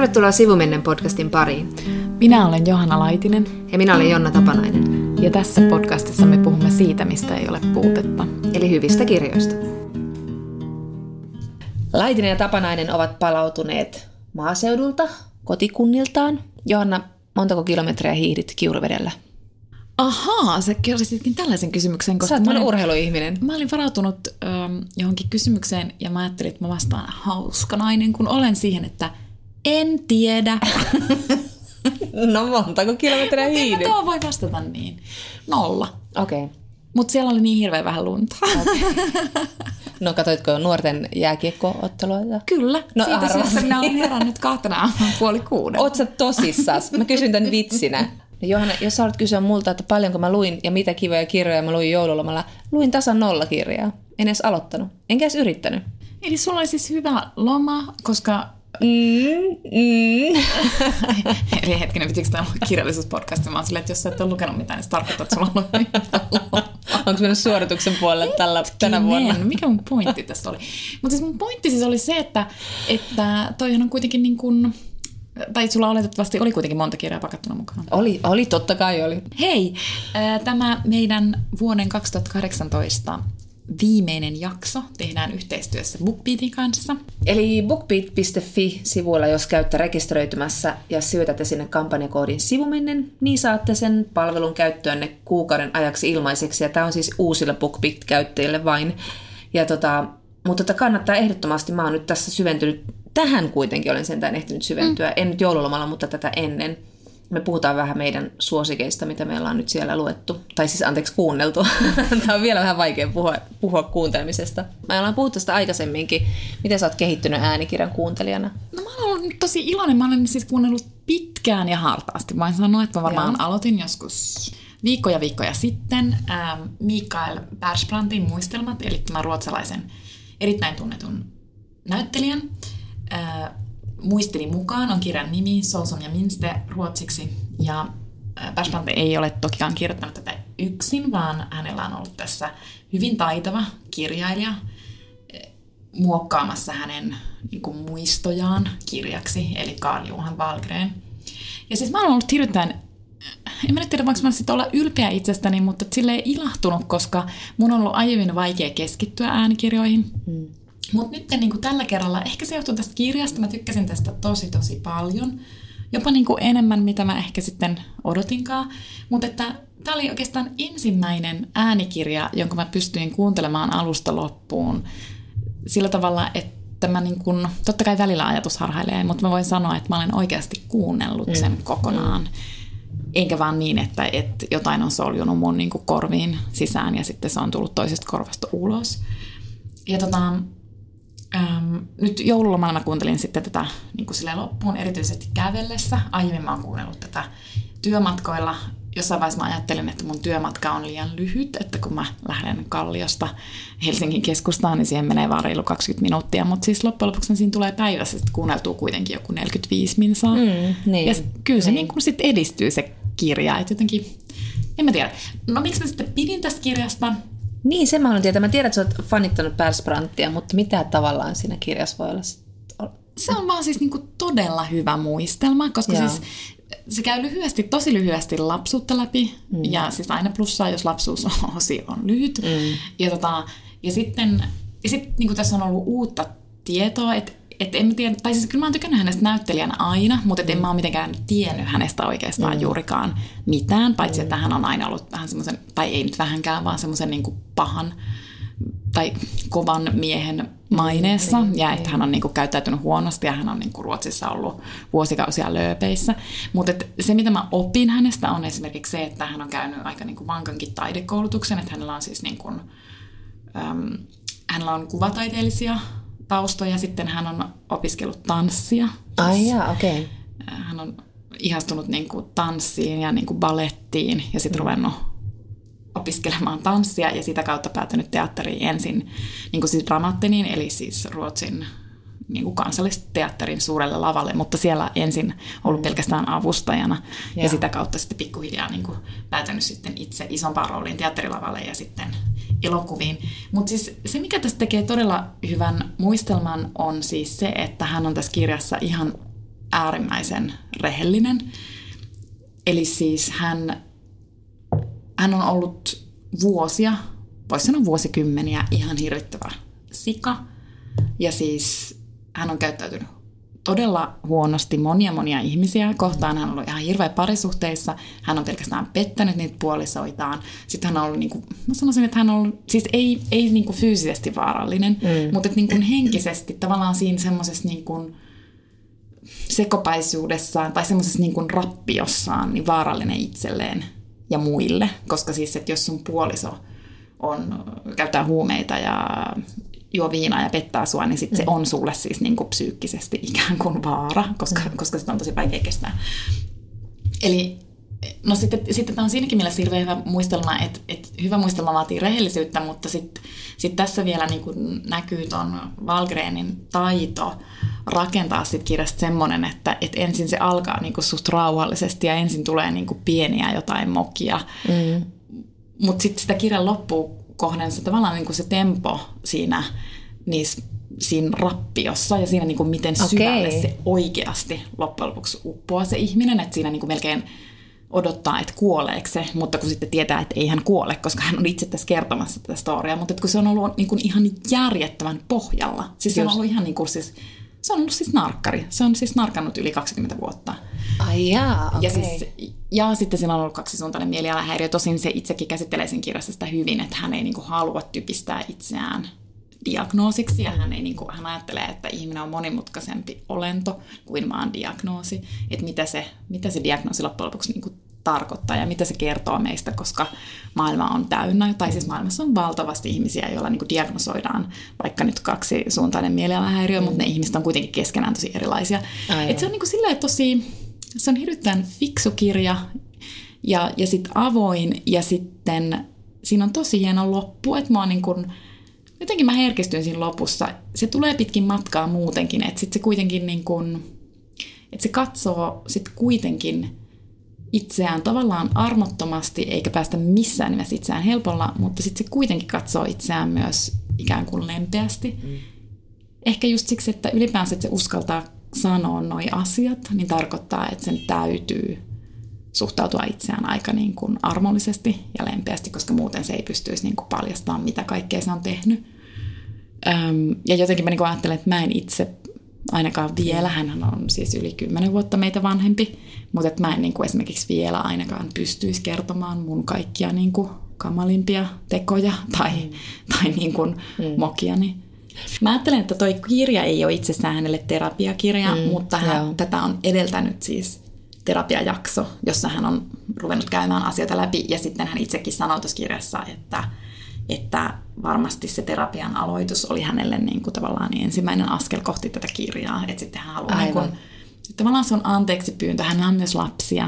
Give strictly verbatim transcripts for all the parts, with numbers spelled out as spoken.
Tervetuloa Sivumennen podcastin pariin. Minä olen Johanna Laitinen. Ja minä olen Jonna Tapanainen. Ja tässä podcastissa me puhumme siitä, mistä ei ole puutetta. Eli hyvistä kirjoista. Laitinen ja Tapanainen ovat palautuneet maaseudulta, kotikunniltaan. Johanna, montako kilometriä hiihdit Kiuruvedellä? Ahaa, sä kirjoititkin tällaisen kysymyksen. Koska Sä oot mä olin, urheiluihminen. Mä olin varautunut ähm, johonkin kysymykseen ja mä ajattelin, että mä vastaan hauska nainen, kun olen siihen, että en tiedä. No montako kilometriä hiihdit? En mä tuo voi vastata niin. Nolla. Okei. Okay. Mutta siellä oli niin hirveän vähän lunta. Okay. No katoitko nuorten jääkiekko-otteluita? Kyllä. No siitä syystä minä olen herännyt kahtena aamulla puoli kuuden. Oot sä tosissas? Mä kysyn tän vitsinä. No Johanna, jos sä haluat kysyä multa, että paljonko mä luin ja mitä kivoja kirjoja mä luin joululomalla, luin tasan nolla kirjaa. En edes aloittanut. Enkä edes yrittänyt. Eli sulla oli siis hyvä loma, koska... Mm, mm. Eli hetkinen, pitikö tämä olla kirjallisuuspodcasti? Mä oon silleen, että jos sä et ole lukenut mitään, niin se tarkoittaa, että sulla on ollut. Onko mennyt suorituksen puolelle tällä, tänä vuonna? Mikä mun pointti tässä oli? Mutta siis mun pointti siis oli se, että, että toihan on kuitenkin niin kuin... Tai sulla oletettavasti oli kuitenkin monta kirjaa pakattuna mukaan. Oli, oli, totta kai oli. Hei, tämä meidän vuoden kaksituhattakahdeksantoista viimeinen jakso tehdään yhteistyössä BookBeatin kanssa. Eli bookbeat piste fi-sivuilla, jos käytte rekisteröitymässä ja syötätte sinne kampanjakoodin sivumennen, niin saatte sen palvelun käyttöönne kuukauden ajaksi ilmaiseksi. Ja tämä on siis uusille BookBeat-käyttäjille vain. Ja tota, mutta tota kannattaa ehdottomasti, mä oon nyt tässä syventynyt, tähän kuitenkin olen sentään ehtinyt syventyä, mm. en nyt joululomalla, mutta tätä ennen. Me puhutaan vähän meidän suosikeista, mitä me ollaan nyt siellä luettu. Tai siis anteeksi kuunneltu. Tämä on vielä vähän vaikea puhua, puhua kuuntelemisesta. Me ollaan puhuttu sitä aikaisemminkin. Miten sä oot kehittynyt äänikirjan kuuntelijana? No mä olen ollut tosi iloinen. Mä olen siis kuunnellut pitkään ja hartaasti. Voin sanoa, että mä varmaan Joo. aloitin joskus viikkoja viikkoja sitten ähm, Mikael Persbrandtin muistelmat, eli tämän ruotsalaisen erittäin tunnetun näyttelijän. Äh, Muistini mukaan on kirjan nimi Så som jag minns det ruotsiksi, ja Persbrandt ei ole tokikaan kirjoittanut tätä yksin, vaan hänellä on ollut tässä hyvin taitava kirjailija muokkaamassa hänen niin kuin, muistojaan kirjaksi, eli Carl Johan Wahlgren. Ja siis mä oon ollut hirveän, en mä nyt tiedä, voinko mä sitten olla ylpeä itsestäni, mutta silleen ilahtunut, koska mun on ollut aiemmin vaikea keskittyä äänikirjoihin. Hmm. Mutta nyt niin kuin tällä kerralla, ehkä se johtuu tästä kirjasta, mä tykkäsin tästä tosi tosi paljon. Jopa niin kuin enemmän, mitä mä ehkä sitten odotinkaan. Mutta että tämä oli oikeastaan ensimmäinen äänikirja, jonka mä pystyin kuuntelemaan alusta loppuun. Sillä tavalla, että mä niin kuin, totta kai välillä ajatus harhailee, mutta mä voin sanoa, että mä olen oikeasti kuunnellut sen mm. kokonaan. Mm. Enkä vaan niin, että, että jotain on soljunut mun niin kuin korviin sisään ja sitten se on tullut toisesta korvasta ulos. Ja tota... Ähm, nyt joululomalla mä kuuntelin sitten tätä niin kuin silleen loppuun, erityisesti kävellessä. Aiemmin mä oon kuunnellut tätä työmatkoilla. Jossain vaiheessa mä ajattelin, että mun työmatka on liian lyhyt, että kun mä lähden Kalliosta Helsingin keskustaan, niin siihen menee vaan reilu kaksikymmentä minuuttia. Mutta siis loppujen lopuksi siinä tulee päivässä, että kuunneltuu kuitenkin joku neljäkymmentäviisi minsaa. Mm, niin, ja kyllä se niin. Niin kuin sit edistyy se kirja. Että jotenkin, en mä tiedä. No miksi mä sitten pidin tästä kirjasta? Niin, se mä haluan tietää. Mä tiedän, että sä oot fanittanut Persbrandtia, mutta mitä tavallaan siinä kirjassa voi olla? Se on vaan siis niinku todella hyvä muistelma, koska Joo. siis se käy lyhyesti, tosi lyhyesti lapsuutta läpi. Mm. Ja siis aina plussaa, jos lapsuusosi on lyhyt. Mm. Ja, tota, ja sitten ja sit, niinku tässä on ollut uutta tietoa, että et en tiedä, tai siis kyllä mä oon tykännyt hänestä näyttelijänä aina, mutta et en mä oon mitenkään tiennyt hänestä oikeastaan mm. juurikaan mitään, paitsi että hän on aina ollut vähän semmoisen, tai ei nyt vähänkään, vaan semmoisen niin kuin pahan tai kovan miehen maineessa, mm. ja että hän on niin kuin käyttäytynyt huonosti, ja hän on niin kuin Ruotsissa ollut vuosikausia lööpeissä. Mutta se, mitä mä opin hänestä, on esimerkiksi se, että hän on käynyt aika niin kuin vankankin taidekoulutuksen, että hänellä on siis niin kuin, äm, hänellä on kuvataiteellisia taustoja, sitten hän on opiskellut tanssia. Ai jaa, okei. Okay. Hän on ihastunut niin kuin tanssiin ja niin kuin balettiin ja sitten mm. ruvennut opiskelemaan tanssia ja sitä kautta päätynyt teatteriin ensin niin kuin siis Dramateniin, eli siis Ruotsin niin kuin kansallisteatterin suurelle lavalle, mutta siellä ensin ollut pelkästään avustajana ja, ja sitä kautta sitten pikkuhiljaa niin kuin päätänyt sitten itse isompaan rooliin teatterilavalle ja sitten elokuviin. Mutta siis se, mikä tästä tekee todella hyvän muistelman, on siis se, että hän on tässä kirjassa ihan äärimmäisen rehellinen. Eli siis hän, hän on ollut vuosia, voisi sanoa vuosikymmeniä, ihan hirvittävä sika. Ja siis hän on käyttäytynyt todella huonosti monia monia ihmisiä kohtaan. Hän on ollut ihan hirveä parisuhteissa. Hän on pelkästään pettänyt niitä puolisoitaan. Sitten hän on ollut, niin kuin, mä sanoisin, että hän on ollut, siis ei, ei niin kuin fyysisesti vaarallinen, mm. mutta että niin kuin henkisesti tavallaan siinä semmoisessa niin kuin sekopäisuudessaan tai semmoisessa niin kuin rappiossaan niin vaarallinen itselleen ja muille. Koska siis, että jos sun puoliso on, käyttää huumeita ja juo viinaa ja pettää sua, niin sitten mm. se on sulle siis niin kuin psyykkisesti ikään kuin vaara, koska, mm. koska sitä on tosi vaikea kestää. Eli no sitten, sitten tämä on siinäkin mielessä hirveän hyvä muistelma, että, että hyvä muistelma vaatii rehellisyyttä, mutta sitten sit tässä vielä niin kuin näkyy ton Wahlgrenin taito rakentaa sit kirjasta semmoinen, että, että ensin se alkaa niin kuin suht rauhallisesti ja ensin tulee niin kuin pieniä jotain mokia, mm. mutta sitten sitä kirjan loppuun kohden se tavallaan niin kuin se tempo siinä, niissä, siinä rappiossa ja siinä niin kuin miten okay. syvälle se oikeasti loppujen lopuksi uppoaa se ihminen, että siinä niin kuin melkein odottaa, että kuoleeko se, mutta kun sitten tietää, että ei hän kuole, koska hän on itse tässä kertomassa tätä storiaa, mutta kun se on ollut niin kuin ihan järjettömän pohjalla, siis se on ollut ihan niin kuin siis, se on ollut siis narkkari, se on siis narkannut yli kaksikymmentä vuotta. Ai jaa, okei. Okay. Ja, siis, ja sitten siinä on ollut kaksisuuntainen mielialahäiriö. Tosin se itsekin käsittelee sen kirjassa sitä hyvin, että hän ei niin kuin halua typistää itseään diagnoosiksi. Ja hän, ei, niin kuin, hän ajattelee, että ihminen on monimutkaisempi olento kuin vaan diagnoosi. Että mitä se, mitä se diagnoosi loppujen lopuksi niin kuin tarkoittaa ja mitä se kertoo meistä, koska maailma on täynnä. Tai siis maailmassa on valtavasti ihmisiä, joilla niin kuin diagnosoidaan vaikka nyt kaksisuuntainen mielialahäiriö, mm. mutta ne ihmiset on kuitenkin keskenään tosi erilaisia. Että se on niin kuin silleen tosi... Se on hirveän fiksu kirja ja, ja sitten avoin ja sitten siinä on tosi hieno loppu, että mä niin kun, jotenkin mä herkistyin siinä lopussa. Se tulee pitkin matkaa muutenkin, että sitten se kuitenkin niin kun, että se katsoo sitten kuitenkin itseään tavallaan armottomasti eikä päästä missään nimessä itseään helpolla, mutta sitten se kuitenkin katsoo itseään myös ikään kuin lempeästi. Mm. Ehkä just siksi, että ylipäänsä että se uskaltaa sanoa noi asiat, niin tarkoittaa, että sen täytyy suhtautua itseään aika niin kuin armollisesti ja lempeästi, koska muuten se ei pystyisi niin kuin paljastamaan, mitä kaikkea se on tehnyt. Öm, ja jotenkin mä niin kuin ajattelen, että mä en itse ainakaan vielä, hän on siis yli kymmenen vuotta meitä vanhempi, mutta että mä en niin kuin esimerkiksi vielä ainakaan pystyisi kertomaan mun kaikkia niin kuin kamalimpia tekoja tai, mm. tai niin kuin mm. mokiani. Mä ajattelen, että toi kirja ei ole itsessään hänelle terapiakirja, mm, mutta hän, tätä on edeltänyt siis terapiajakso, jossa hän on ruvennut käymään asioita läpi. Ja sitten hän itsekin sanoi tuossa kirjassa, että, että varmasti se terapian aloitus oli hänelle niin kuin tavallaan ensimmäinen askel kohti tätä kirjaa. Että sitten hän haluaa, niin kuin, tavallaan se on anteeksi pyyntö, hänellä on myös lapsia.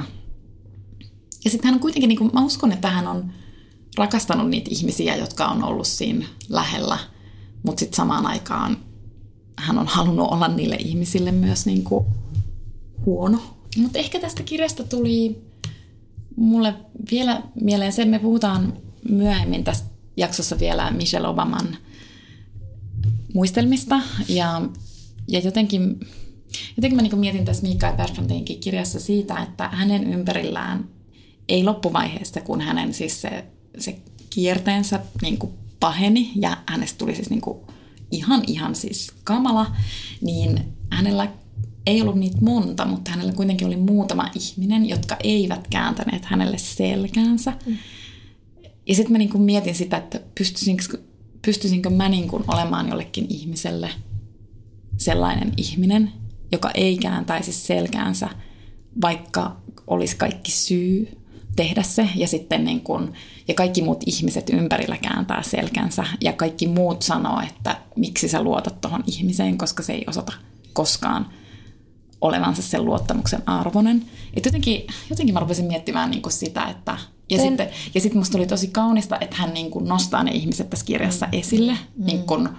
Ja sitten hän on kuitenkin, niin kuin, mä uskon, että hän on rakastanut niitä ihmisiä, jotka on ollut siinä lähellä. Mutta sitten samaan aikaan hän on halunnut olla niille ihmisille myös niinku huono. Mutta ehkä tästä kirjasta tuli mulle vielä mieleen se, me puhutaan myöhemmin tässä jaksossa vielä Michelle Obaman muistelmista. Ja, ja jotenkin, jotenkin mä niinku mietin tässä Mikael Persbrandtinkin kirjassa siitä, että hänen ympärillään ei loppuvaiheessa, kun hänen siis se, se kierteensä niinku paheni ja hänestä tuli siis niinku ihan ihan siis kamala, niin hänellä ei ollut niitä monta, mutta hänellä kuitenkin oli muutama ihminen, jotka eivät kääntäneet hänelle selkäänsä. Mm. Ja sitten mä niinku mietin sitä, että pystyisinkö, pystyisinkö mä niinku olemaan jollekin ihmiselle sellainen ihminen, joka ei kääntäisi selkäänsä, vaikka olisi kaikki syy tehdä se, ja sitten niin kun, ja kaikki muut ihmiset ympärillä kääntää selkänsä, ja kaikki muut sanoo, että miksi sä luotat tohon ihmiseen, koska se ei osata koskaan olevansa sen luottamuksen arvoinen. Et jotenkin, jotenkin mä rupesin miettimään niin kun sitä, että ja Ten... sitten ja sitten musta oli tosi kaunista, että hän niin kun nostaa ne ihmiset tässä kirjassa mm. esille, mm. niin kun,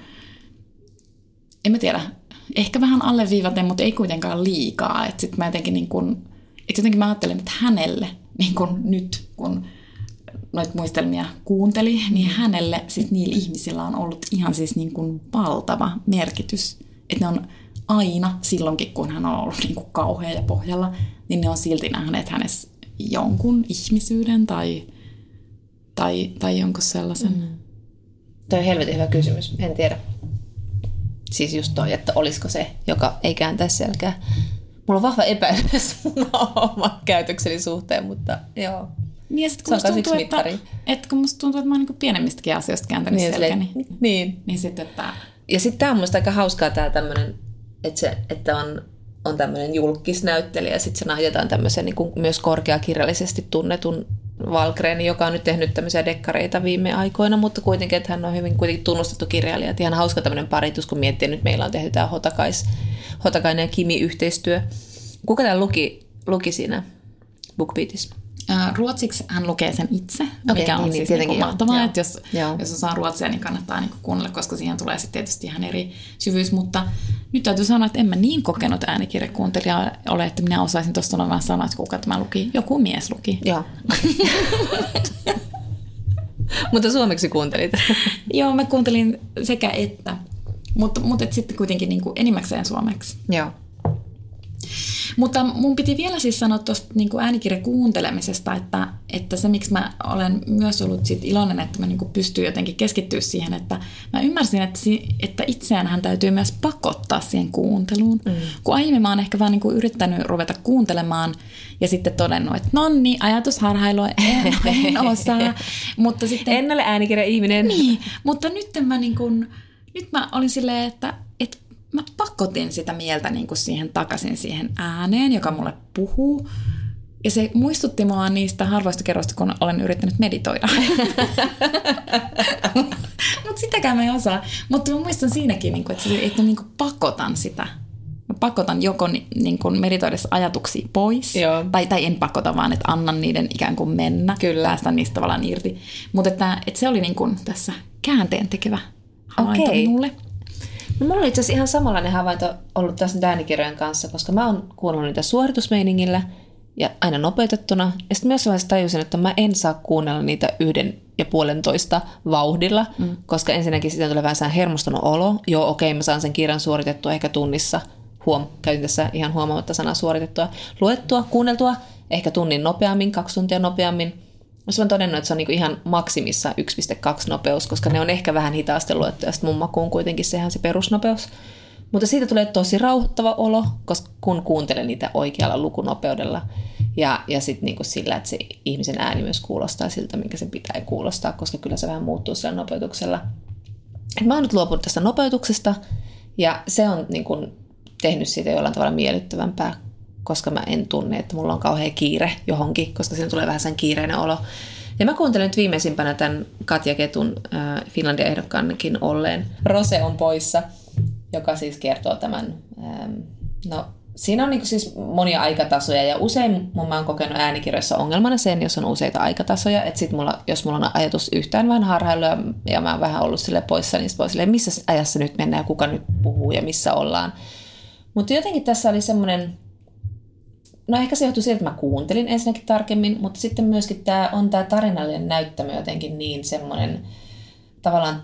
en mä tiedä, ehkä vähän alleviivaten, mutta ei kuitenkaan liikaa, että sitten mä jotenkin niin kun, että jotenkin mä ajattelen, että hänelle niin kun nyt, kun noita muistelmia kuunteli, niin hänelle, siis niillä ihmisillä on ollut ihan siis niin kuin valtava merkitys. Että ne on aina silloinkin, kun hän on ollut niin kuin kauhea ja pohjalla, niin ne on silti nähneet hänessä jonkun ihmisyyden tai, tai, tai jonkun sellaisen. Mm. Toi on helvetin hyvä kysymys, en tiedä. Siis just toi, että olisiko se, joka ei kääntäisi selkää. Mulla on vahva epäilys mun oman käytökseni suhteen, mutta joo. Niin ja sit, kun se on tuntuu, että, että kun musta tuntuu, että mä oon niin pienemmistäkin asioista kääntänyt niin, selkä, niin, niin. niin sitten, että... Ja sitten tää on musta aika hauskaa tää tämmönen, että, se, että on, on tämmönen julkisnäyttelijä ja sitten se naitetaan tämmöisen niin kuin myös korkeakirjallisesti tunnetun Wahlgren, joka on nyt tehnyt tämmöisiä dekkareita viime aikoina, mutta kuitenkin, että hän on hyvin kuitenkin tunnustettu kirjailija. Ihan hauska tämmöinen paritus, kun miettii, että nyt meillä on tehty tämä Hotakais, Hotakainen ja Kimi-yhteistyö. Kuka tämä luki, luki siinä BookBeatissä? Ruotsiksi hän lukee sen itse, okay, mikä on niin, siis niin mahtavaa, joo. että jos, jos osaa ruotsia, niin kannattaa niin kuunnella, koska siihen tulee sitten tietysti ihan eri syvyys, mutta nyt täytyy sanoa, että en mä niin kokenut äänikirjakuuntelija ole, että minä osaisin tuosta noin vaan sanoa, että kuka tämä luki. Joku mies luki. Joo. Mutta suomeksi kuuntelit. Joo, mä kuuntelin sekä että, mutta, mutta et sitten kuitenkin niin kuin enimmäkseen suomeksi. Joo. Mutta mun piti vielä siis sanoa tuosta niin kuin äänikirjan kuuntelemisesta, että, että se miksi mä olen myös ollut sit iloinen, että mä niin kuin pystyn jotenkin keskittyä siihen, että mä ymmärsin, että, että itseäänhän täytyy myös pakottaa siihen kuunteluun. Mm. Kun aiemmin mä oon ehkä vaan niin kuin yrittänyt ruveta kuuntelemaan ja sitten todennut, että nonni, ajatusharhailua en, en osaa. Mutta sitten, en ole äänikirja-ihminen. Niin, mutta nyt mä, niin kuin, nyt mä olin silleen, että, että mä pakotin sitä mieltä niin kuin siihen takaisin siihen ääneen, joka mulle puhuu. Ja se muistutti mua niistä harvoista kerroista, kun olen yrittänyt meditoida. Mutta sitäkään mä en osaa. Mutta mä muistan siinäkin, että, se, että niin kuin pakotan sitä. Mä pakotan joko niin kuin meditoidessa ajatuksia pois. Tai, tai en pakota, vaan että annan niiden ikään kuin mennä. Kyllä. Päästän niistä tavallaan irti. Mutta että, että se oli niin kuin tässä käänteen tekevä havainto okay. minulle. No, mulla oli itse asiassa ihan samanlainen havainto ollut tässä äänikirjojen kanssa, koska mä oon kuunnellut niitä suoritusmeiningillä ja aina nopeutettuna. Ja sitten myös vaiheessa tajusin, että mä en saa kuunnella niitä yhden ja puolentoista vauhdilla, mm. koska ensinnäkin siitä tulee vähän hermostunut olo. Joo, okei, mä saan sen kirjan suoritettua ehkä tunnissa. Huom, käytin tässä ihan huomaamatta sanaa suoritettua. Luettua, kuunneltua, ehkä tunnin nopeammin, kaksi tuntia nopeammin. Mä oon todennut, että se on niinku ihan maksimissa yksi pilkku kaksi nopeus, koska ne on ehkä vähän hitaasti luettuja. Sitten mun makuun kuitenkin sehän se perusnopeus. Mutta siitä tulee tosi rauhoittava olo, koska kun kuuntelen niitä oikealla lukunopeudella. Ja, ja sitten niinku sillä, että se ihmisen ääni myös kuulostaa siltä, minkä sen pitää kuulostaa, koska kyllä se vähän muuttuu sillä nopeutuksella. Et mä oon nyt luopunut tästä nopeutuksesta ja se on niinku tehnyt siitä jollain tavalla miellyttävämpää, koska mä en tunne, että mulla on kauhean kiire johonkin, koska siinä tulee vähän sen kiireinen olo. Ja mä kuuntelin nyt viimeisimpänä tämän Katja Ketun äh, Finlandia-ehdokkaankin olleen Rose on poissa, joka siis kertoo tämän. Ähm, no, siinä on niinku siis monia aikatasoja ja usein mun mä oon kokenut äänikirjoissa ongelmana sen, jos on useita aikatasoja, että sit mulla, jos mulla on ajatus yhtään vähän harhailu ja, ja mä oon vähän ollut sille poissa, niin sit voi silleen, missä ajassa nyt mennään ja kuka nyt puhuu ja missä ollaan. Mutta jotenkin tässä oli semmoinen. No ehkä se johtui siitä, että mä kuuntelin ensinnäkin tarkemmin, mutta sitten myöskin tämä on tämä tarinallinen näyttämö jotenkin niin semmoinen tavallaan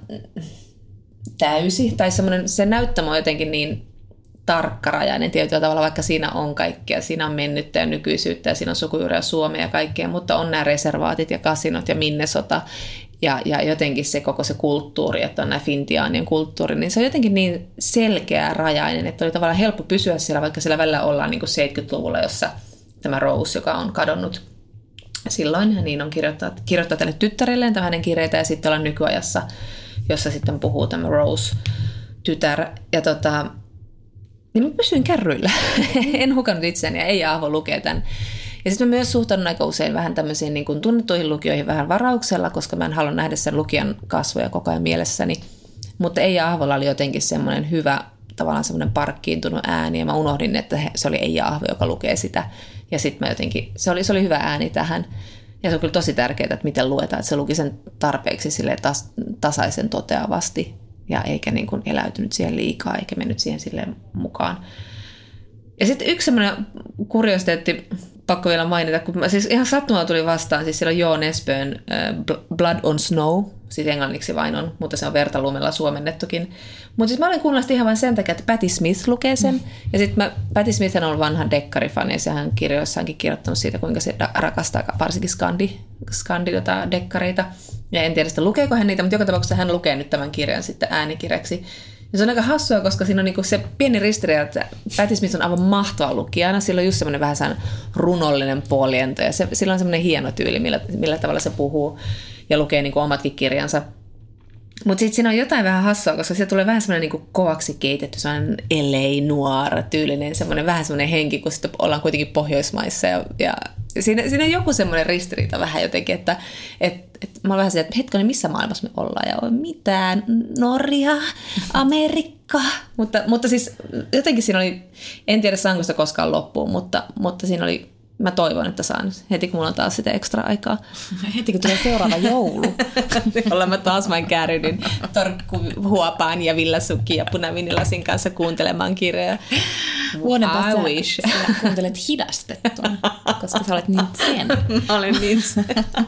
täysi, tai semmoinen, se näyttämö on jotenkin niin tarkkarajainen tietyllä tavalla, vaikka siinä on kaikkea, siinä on mennyttä ja nykyisyyttä ja siinä on sukujuuria Suomea ja kaikkea, mutta on nämä reservaatit ja kasinot ja Minnesota ja, ja jotenkin se koko se kulttuuri, että on nämä Fintiaanien kulttuuri, niin se on jotenkin niin selkeä rajainen, että oli tavallaan helppo pysyä siellä, vaikka siellä välillä ollaan niin kuin seitsemänkymmentäluvulla, jossa tämä Rose, joka on kadonnut silloin, niin on kirjoittaa, kirjoittaa tänne tyttärelleen tämän hänen kirjeitä ja sitten ollaan nykyajassa, jossa sitten puhuu tämä Rose-tytär ja tota, niin mä pysyin kärryillä. En hukannut itseäni ja ei Ahvo lukee tämän. Ja sitten mä myös suhtaudun aika usein vähän tämmöisiin niin kuin tunnettuihin lukijoihin vähän varauksella, koska mä en halua nähdä sen lukijan kasvoja koko ajan mielessäni. Mutta Eija Ahvolla oli jotenkin semmoinen hyvä, tavallaan semmoinen parkkiintunut ääni. Ja mä unohdin, että se oli Eija Ahvo, joka lukee sitä. Ja sitten mä jotenkin, se oli, se oli hyvä ääni tähän. Ja se on kyllä tosi tärkeää, että miten luetaan, että se luki sen tarpeeksi silleen tas, tasaisen toteavasti. Ja eikä niin kuin eläytynyt siihen liikaa, eikä mennyt siihen silleen mukaan. Ja sitten yksi semmoinen kuriositeetti pakko vielä mainita, kun mä, siis ihan sattumalla tuli vastaan, siis siellä on Joon Esbøön äh, Blood on Snow, siis englanniksi vain on, mutta se on vertaluumella suomennettukin. Mutta siis mä olen kuunnellut ihan vain sen takia, että Patti Smith lukee sen, mm. ja sitten Patti Smith on ollut vanha dekkarifani, ja hän kirjoissaankin kirjoittanut siitä, kuinka se rakastaa varsinkin skandi, skandi tota, dekkareita, ja en tiedä sitä lukeeko hän niitä, mutta joka tapauksessa hän lukee nyt tämän kirjan sitten äänikirjaksi. Ja se on aika hassua, koska siinä on niinku se pieni ristiriita, että Patti Smith on aivan mahtava lukijana. Sillä on just semmoinen vähän sellainen runollinen puoliento ja se, sillä on semmoinen hieno tyyli, millä, millä tavalla se puhuu ja lukee niinku omatkin kirjansa. Mutta sitten siinä on jotain vähän hassua, koska se tulee vähän semmoinen niinku kovaksi keitetty, semmoinen L A Noir-tyylinen, semmoinen vähän semmoinen henki, kun sitten ollaan kuitenkin Pohjoismaissa. Ja, ja siinä, siinä on joku semmoinen ristiriita vähän jotenkin, että et, et, mä olen vähän se, että hetkinen, missä maailmassa me ollaan ja on mitään, Norja, Amerikka. mutta, mutta siis jotenkin siinä oli, en tiedä saanko sitä koskaan loppuun, mutta, mutta siinä oli, mä toivon, että saan heti, kun mulla on taas sitä ekstra aikaa. Heti, kun tulee seuraava joulu. Jolla mä taas vain kääryydin torkkuhuopaan ja villasukki ja punavinilasin kanssa kuuntelemaan kirjoja. Vuoden päästä sä kuuntelet hidastettuna, koska sä olet niin sen. Mä olen niin sen.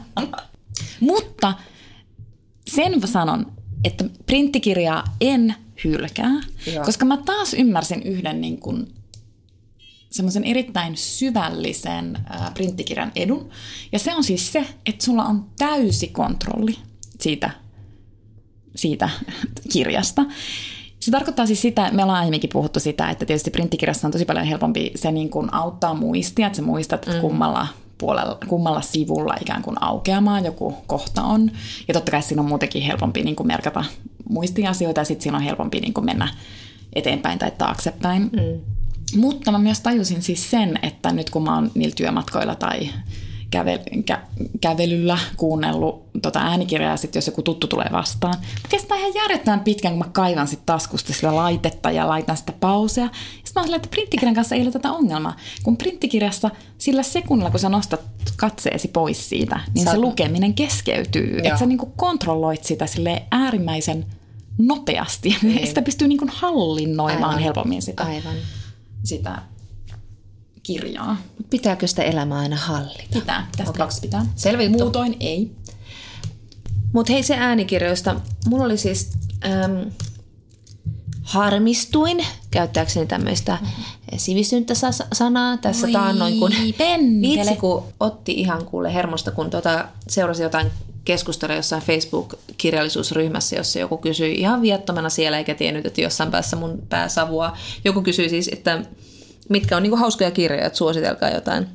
Mutta sen sanon, että printtikirjaa en hylkää, Joo. koska mä taas ymmärsin yhden niin kuin semmoisen erittäin syvällisen ää, printtikirjan edun. Ja se on siis se, että sulla on täysi kontrolli siitä, siitä kirjasta. Se tarkoittaa siis sitä, me ollaan aiemminkin puhuttu sitä, että tietysti printtikirjassa on tosi paljon helpompi, se niin kuin auttaa muistia, että sä muistat, että mm. kummalla, puolella, kummalla sivulla ikään kuin aukeamaan joku kohta on. Ja totta kai siinä on muutenkin helpompi niin kuin merkata muistiasioita ja sitten siinä on helpompi niin kuin mennä eteenpäin tai taaksepäin. Mm. Mutta mä myös tajusin siis sen, että nyt kun mä oon niillä työmatkoilla tai käve, kä, kävelyllä kuunnellut tota äänikirjaa ja sitten jos joku tuttu tulee vastaan, kestää ihan järjettömän pitkään, kun mä kaivan sit taskusta sitä laitetta ja laitan sitä pausea. Sitten mä oon silleen, että printtikirjan kanssa ei ole tätä ongelmaa. Kun printtikirjassa sillä sekunnilla, kun sä nostat katseesi pois siitä, niin sä... se lukeminen keskeytyy. Että sä niinku kontrolloit sitä silleen äärimmäisen nopeasti. Ei. Sitä pystyy niinku hallinnoimaan Aivan. helpommin sitä. Aivan. sitä kirjaa. Pitääkö sitä elämää aina hallita? Pitää. Tästä okay. kaksi pitää. Selvä juttu. Muutoin ei. Mutta hei, se äänikirjoista. Mulla oli siis ähm, harmistuin, käyttääkseni tämmöistä mm-hmm. sivistynyttä sanaa tässä taannoin, kun vitsi, kun otti ihan kuule hermosta, kun tota, seurasi jotain keskustelua jossain Facebook-kirjallisuusryhmässä, jossa joku kysyi ihan viattomana siellä, eikä tiennyt, että jossain päässä mun pää savua. Joku kysyi siis, että mitkä on niinku hauskoja kirjoja, että suositelkaa jotain.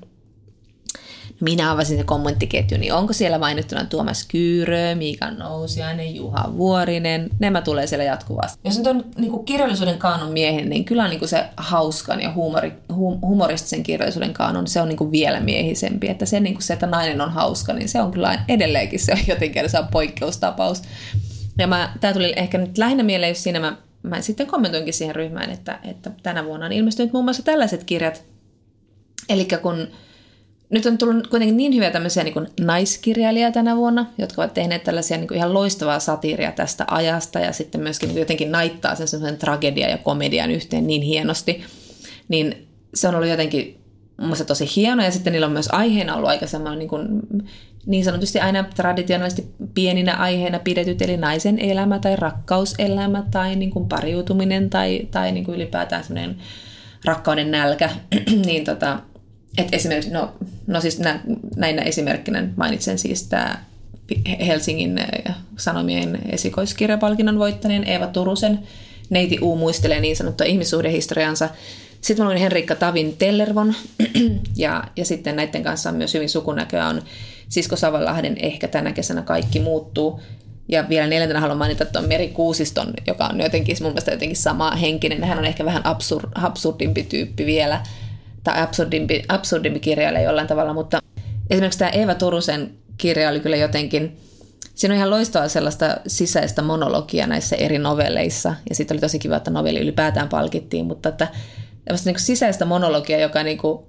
Minä avasin se kommenttiketju, niin onko siellä mainittuna Tuomas Kyyrö, Miika Nousiainen, Juha Vuorinen, nämä tulee siellä jatkuvasti. Jos nyt on niinku kirjallisuuden kaanon miehen, niin kyllä niinku se hauskan ja humori, hum, humoristisen kirjallisuuden kaanon, se on niinku vielä miehisempi. Että se, niinku se, että nainen on hauska, niin se on kyllä edelleenkin se on jotenkin se on poikkeustapaus. Ja mä, tää tuli ehkä nyt lähinnä mieleen, jos siinä mä, mä sitten kommentoinkin siihen ryhmään, että, että tänä vuonna on ilmestynyt muun muassa tällaiset kirjat. Eli kun nyt on tullut kuitenkin niin hyviä tämmöisiä niin kuin naiskirjailijoita tänä vuonna, jotka ovat tehneet tällaisia niin kuin ihan loistavaa satiiria tästä ajasta ja sitten myöskin niin jotenkin naittaa sen semmoisen tragedian ja komedian yhteen niin hienosti. Niin se on ollut jotenkin mun mielestä tosi hieno ja sitten niillä on myös aiheena ollut aika semmoinen niin, kuin, niin sanotusti aina traditionaalisesti pieninä aiheina pidetyt, eli naisen elämä tai rakkauselämä tai niin kuin pariutuminen tai, tai niin kuin ylipäätään semmoinen rakkauden nälkä, niin tota... Et esimerkiksi, no, no siis nä, näinä esimerkkinä mainitsen siis tämä Helsingin Sanomien esikoiskirjapalkinnon voittaneen Eeva Turusen Neiti U muistelee niin sanottua ihmissuhdehistoriansa. Sitten mä luin Henrikka Tavin Tellervon ja, ja sitten näiden kanssa on myös hyvin sukunäköä on Sisko Savanlahden Ehkä tänä kesänä kaikki muuttuu. Ja vielä neljäntenä haluan mainita tuon Meri Kuusiston, joka on jotenkin mun mielestä jotenkin sama henkinen. Hän on ehkä vähän absur, absurdimpi tyyppi vielä. Tai absurdimpi, absurdimpi kirjailija jollain tavalla, mutta esimerkiksi tämä Eeva Turusen kirja oli kyllä jotenkin, siinä on ihan loistavaa sellaista sisäistä monologia näissä eri novelleissa, ja sitten oli tosi kiva, että novelli ylipäätään palkittiin, mutta että tämmöistä niin kuin sisäistä monologia, joka niin kuin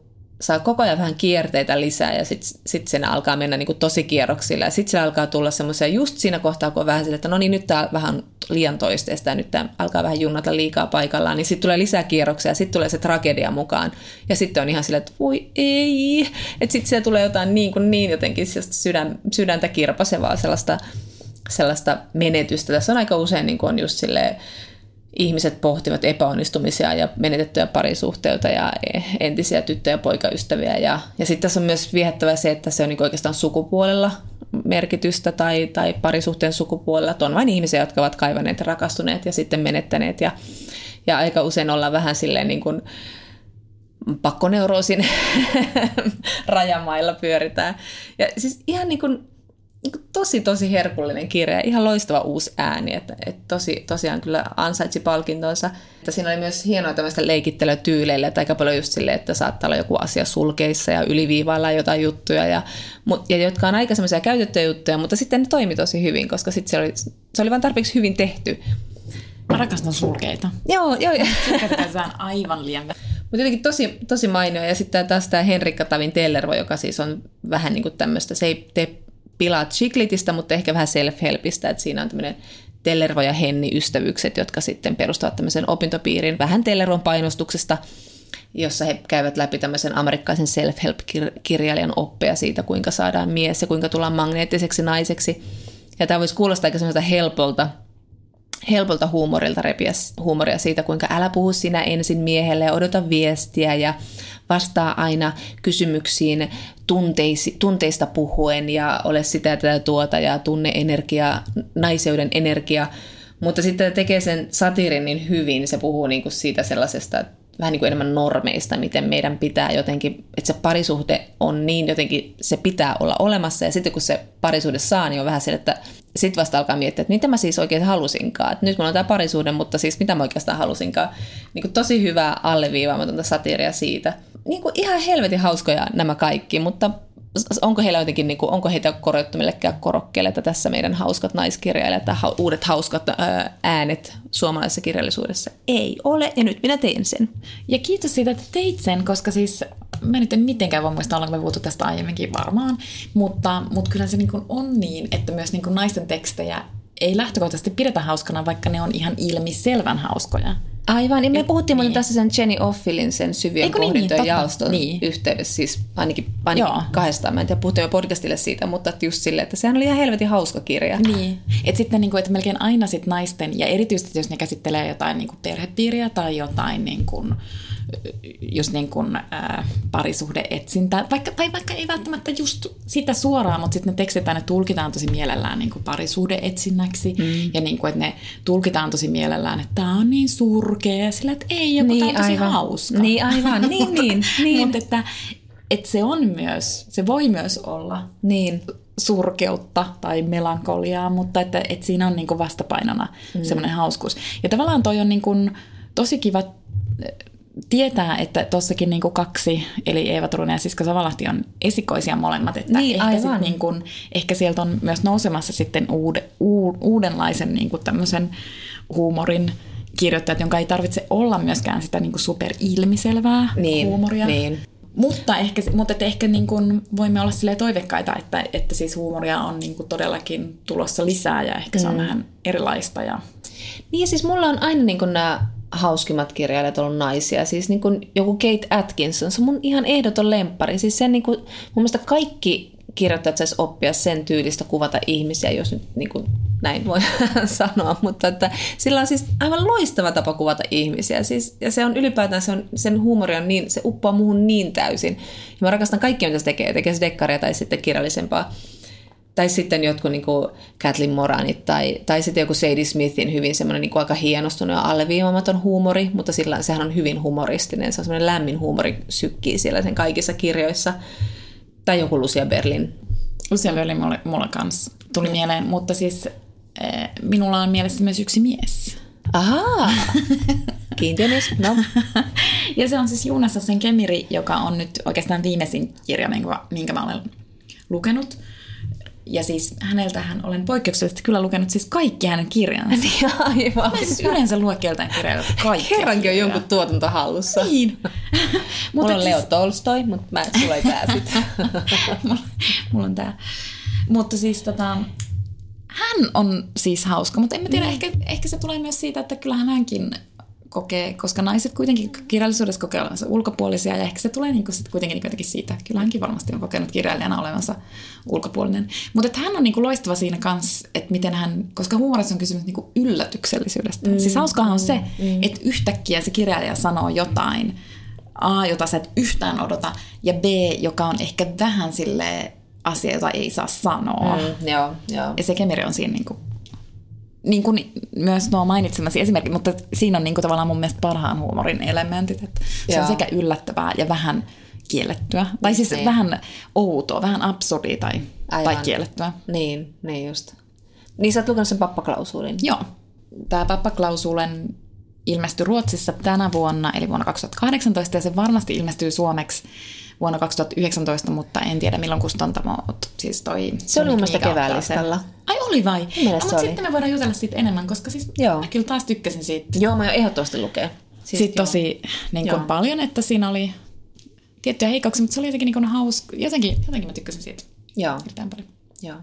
saa koko ajan vähän kierteitä lisää ja sitten sit sen alkaa mennä niin kuin tosi kierroksilla ja sitten se alkaa tulla semmoisia just siinä kohtaa, kun on vähän sille, että no niin nyt tämä vähän liian toisteista ja nyt tämä alkaa vähän junnata liikaa paikallaan, niin sitten tulee lisää kierroksia ja sitten tulee se tragedia mukaan ja sitten on ihan silleen, että voi ei, että sitten siellä tulee jotain niin kuin niin jotenkin sydän, sydäntä kirpasevaa sellaista, sellaista menetystä. Tässä on aika usein niin kuin on just silleen, ihmiset pohtivat epäonnistumisia ja menetettyjä parisuhteita ja entisiä tyttö- ja poikaystäviä. Ja, ja sitten tässä on myös viehättävää se, että se on niin oikeastaan sukupuolella merkitystä tai, tai parisuhteen sukupuolella. Että on vain ihmisiä, jotka ovat kaivaneet ja rakastuneet ja sitten menettäneet. Ja, ja aika usein ollaan vähän silleen niin kuin pakkoneuroosin rajamailla pyöritään. Ja siis ihan niin kuin tosi, tosi herkullinen kirja, ihan loistava uusi ääni, että, että tosi, tosiaan kyllä ansaitsi palkintonsa. Että siinä oli myös hienoa tämmöistä leikittelytyyleillä, että aika paljon just silleen, että saattaa olla joku asia sulkeissa ja yliviivaillaan jotain juttuja, ja, ja jotka on aika semmoisia käytettyjä juttuja, mutta sitten ne toimi tosi hyvin, koska sitten se oli, se oli vaan tarpeeksi hyvin tehty. Mä rakastan sulkeita. Joo, joo. Sulkeita käytetään aivan liian. Mutta jotenkin tosi, tosi mainio, ja sitten taas tämä Henrikka Tavin Tellervo, joka siis on vähän niin kuin tämmöistä, se ei tee pilaa chiklitistä, mutta ehkä vähän self-helpistä, että siinä on tämmöinen Tellervo ja Henni ystävyykset, jotka sitten perustavat tämmöisen opintopiirin vähän Tellervon painostuksesta, jossa he käyvät läpi tämmöisen amerikkalaisen self-help-kirjailijan oppeja siitä, kuinka saadaan mies ja kuinka tullaan magneettiseksi naiseksi. Ja tämä voisi kuulostaa aika semmoista helpolta, helpolta huumorilta repiä huumoria siitä, kuinka älä puhu sinä ensin miehelle ja odota viestiä ja vastaa aina kysymyksiin tunteisi, tunteista puhuen ja ole sitä ja tätä tuota ja tunne energiaa, naiseuden energia. Mutta sitten tekee sen satiirin niin hyvin, se puhuu niinku siitä sellaisesta vähän niin kuin enemmän normeista, miten meidän pitää jotenkin, että se parisuhde on niin jotenkin, se pitää olla olemassa ja sitten kun se parisuhde saa, niin on vähän sille, että sitten vasta alkaa miettiä, että mitä mä siis oikein halusinkaan. Että nyt mulla on tämä parisuhde, mutta siis mitä mä oikeastaan halusinkaan. Niin kuin tosi hyvää alleviivaamatonta satiiria siitä. Niin kuin ihan helvetin hauskoja nämä kaikki, mutta onko heillä jotenkin, niin kuin, onko heitä korjattu millekään korokkeelle, että tässä meidän hauskat naiskirjailijat ja uudet hauskat äänet suomalaisessa kirjallisuudessa? Ei ole, ja nyt minä tein sen. Ja kiitos siitä, että teit sen, koska siis mä nyt en mitenkään voi muistaa, ollaanko me puhuttu tästä aiemminkin varmaan, mutta, mutta kyllä se niin kuin on niin, että myös niin kuin naisten tekstejä ei lähtökohtaisesti pidetä hauskana, vaikka ne on ihan ilmiselvän hauskoja. Aivan, ja me puhuttiin niin. tässä sen Jenny Offilin sen syvien Eikö pohdintojen niin, jaoston niin. yhteydessä, siis ainakin, ainakin kahdestaan, mä en tiedä, puhuttiin jo podcastille siitä, mutta just silleen, että sehän oli ihan helvetin hauska kirja. Niin, että sitten niin kuin, että melkein aina sit naisten, ja erityisesti jos ne käsittelee jotain niin kuin perhepiiriä tai jotain niin kuin, just niin kuin äh, parisuhde-etsintää, vaikka, tai vaikka ei välttämättä just sitä suoraan, mutta sitten ne tekstitään, ne tulkitaan tosi mielellään niin kuin parisuhde-etsinnäksi, mm. ja niin kuin, että ne tulkitaan tosi mielellään, että tämä on niin surkea, sillä että ei, joku niin, tämä on tosi aivan. hauska. Niin, aivan, niin, niin. niin. Mutta että, että se on myös, se voi myös olla niin. surkeutta tai melankoliaa, mutta että, että siinä on niin kuin vastapainona mm. semmoinen hauskuus. Ja tavallaan toi on niin kuin tosi kiva tietää, että tossakin niinku kaksi, eli Eeva Turunen ja Siska Savalahti on esikoisia molemmat, että niin, ehkä, sit niinku, ehkä sieltä on myös nousemassa sitten uude, u, uudenlaisen niinku tämmöisen huumorin kirjoittajat, jonka ei tarvitse olla myöskään sitä niinku superilmiselvää niin, huumoria. Niin. Mutta ehkä, mutta ehkä niin kuin voimme olla silleen toiveikkaita, että, että siis huumoria on niin kuin todellakin tulossa lisää ja ehkä se on mm. vähän erilaista. Ja... Niin siis mulla on aina niin kuin nämä hauskimmat kirjailijat ollut naisia. Siis niin kuin joku Kate Atkinson, se on mun ihan ehdoton lemppari. Siis sen niin kuin, mun mielestä kaikki kirjoittajat saisi oppia sen tyylistä kuvata ihmisiä, jos nyt niin kuin näin voi sanoa, mutta että sillä on siis aivan loistava tapa kuvata ihmisiä. Siis, ja se on ylipäätään, se on, sen huumori on niin, se uppoaa muuhun niin täysin. Ja mä rakastan kaikkia, mitä se tekee. Tekee se dekkaria tai sitten kirjallisempaa. Tai sitten jotkut niin kuin Kathleen Moranit tai, tai sitten joku Sadie Smithin hyvin semmoinen niin kuin aika hienostunut ja alleviimaamaton huumori, mutta sillä, sehän on hyvin humoristinen. Se on semmoinen lämmin huumori sykkii siellä sen kaikissa kirjoissa. Tai joku Lucia Berlin. Lucia Berlin mulle, mulle kanssa tuli mm. mieleen, mutta siis eh, minulla on mielessä myös yksi mies. Ahaa, kiintiömies, no. Ja se on siis Joona Sassen Kemiri, joka on nyt oikeastaan viimeisin kirja, minkä, minkä mä olen lukenut. Ja siis häneltähän olen poikkeuksellisesti kyllä lukenut siis kaikki hänen kirjansa. Aivan. Mä siis yleensä lue keltään kirjailijoita kaikki. Kerrankin on jonkun tuotanto hallussa. Niin. Mulla on Leo siis... Tolstoi, mutta mä, sulla ei tää sit. mulla, mulla on tää. Mutta siis tota, hän on siis hauska, mutta en mä tiedä, mm. ehkä, ehkä se tulee myös siitä, että kyllähän hänkin kokee, koska naiset kuitenkin kirjallisuudessa kokee olevansa ulkopuolisia, ja ehkä se tulee niinku sit kuitenkin niinku jotenkin siitä. Kyllä hänkin varmasti on kokenut kirjailijana olevansa ulkopuolinen. Mutta hän on niinku loistava siinä kanssa, että miten hän, koska huumorissa on kysymys niinku yllätyksellisyydestä. Mm. Siis hauskaahan on se, mm. että yhtäkkiä se kirjailija sanoo jotain, A, jota sä et yhtään odota, ja B, joka on ehkä vähän silleen asia, jota ei saa sanoa. Mm, joo, joo. Ja se kemeri on siinä niinku, niin kuin myös nuo mainitsemasi esimerkki, mutta siinä on niin kuin tavallaan mun mielestä parhaan huumorin elementit, että se on sekä yllättävää ja vähän kiellettyä. Tai siis niin. vähän outoa, vähän absurdia tai, tai kiellettyä. Niin, niin just. Niin sä oot lukenut sen Pappaklausuulin. Joo. Tämä Pappaklausuulen ilmestyi Ruotsissa tänä vuonna, eli vuonna kaksituhattakahdeksantoista, ja se varmasti ilmestyy suomeksi vuonna kaksituhattayhdeksäntoista, mutta en tiedä milloin kustantamo. Siis toi, se oli mun mielestä keväällistalla. Ai oli vai? No, mutta oli. Sitten me voidaan jutella siitä enemmän, koska siis joo. mä kyllä taas tykkäsin siitä. Joo, mä jo ehdottomasti lukee. Siis sitten tosi niin kuin paljon, että siinä oli tiettyjä heikkouksia, mutta se oli jotenkin niin kuin hauska. Jotenkin, jotenkin mä tykkäsin siitä. Joo. Erittäin paljon. Joo.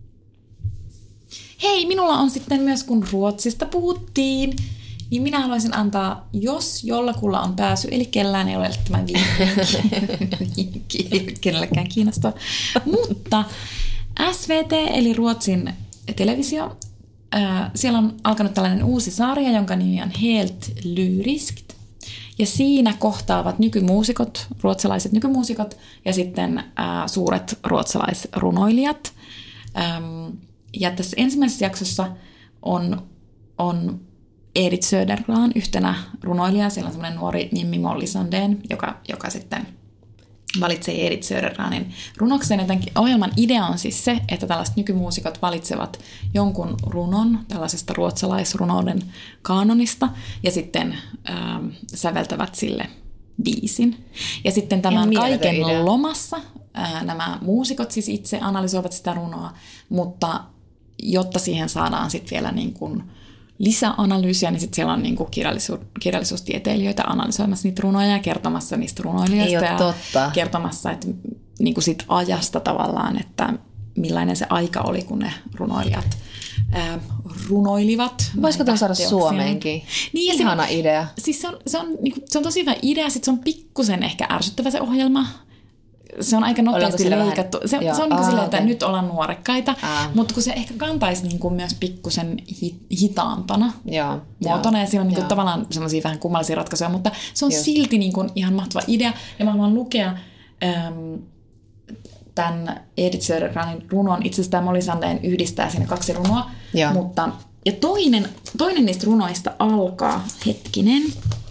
Hei, minulla on sitten myös, kun Ruotsista puhuttiin, niin minä haluaisin antaa, jos jollakulla on pääsy, eli kellään ei ole tämän vinkki, kenellekään kiinnostaa. Mutta S V T, eli Ruotsin televisio, äh, siellä on alkanut tällainen uusi sarja, jonka nimi on Helt lyriskt. Ja siinä kohtaavat nykymuusikot, ruotsalaiset nykymuusikot ja sitten äh, suuret ruotsalaisrunoilijat. Ähm, ja tässä ensimmäisessä jaksossa on, on Edith Södergran yhtenä runoilija. Siellä on semmoinen nuori Mimmi Molly Sandén, joka, joka sitten valitsee Edith Södergranin runokseen. Ja tämän ohjelman idea on siis se, että tällaiset nykymuusikot valitsevat jonkun runon tällaisesta ruotsalaisrunouden kaanonista ja sitten ähm, säveltävät sille biisin. Ja sitten tämän kaiken idea. lomassa äh, nämä muusikot siis itse analysoivat sitä runoa, mutta jotta siihen saadaan sitten vielä niin kuin lisäanalyysiä, niin sitten siellä on niinku kirjallisuus, kirjallisuustieteilijöitä analysoimassa niitä runoja ja kertomassa niistä runoilijoista ja totta. kertomassa että, niinku siitä ajasta tavallaan, että millainen se aika oli, kun ne runoilijat ää, runoilivat. Voisiko tämä saada Suomeenkin? Niin, ihana se, idea. Siis se, on, se, on, niinku, se on tosi hyvä idea, sitten se on pikkusen ehkä ärsyttävä se ohjelma. Se on aika nopeasti leikattu. Se, se on niin kuin silleen, että okay. nyt ollaan nuorekkaita, Aa. mutta kun se ehkä kantaisi niin kuin myös pikkusen hi, hitaampana Joo, muotona, jo, ja siinä on niin kuin tavallaan sellaisia vähän kummallisia ratkaisuja, mutta se on Just. silti niin kuin ihan mahtava idea. Ja mä haluan lukea äm, tämän Edith Södergranin runon. Itse asiassa tämä Molly Sandén yhdistää siinä kaksi runoa. Mutta, ja toinen, toinen niistä runoista alkaa, hetkinen.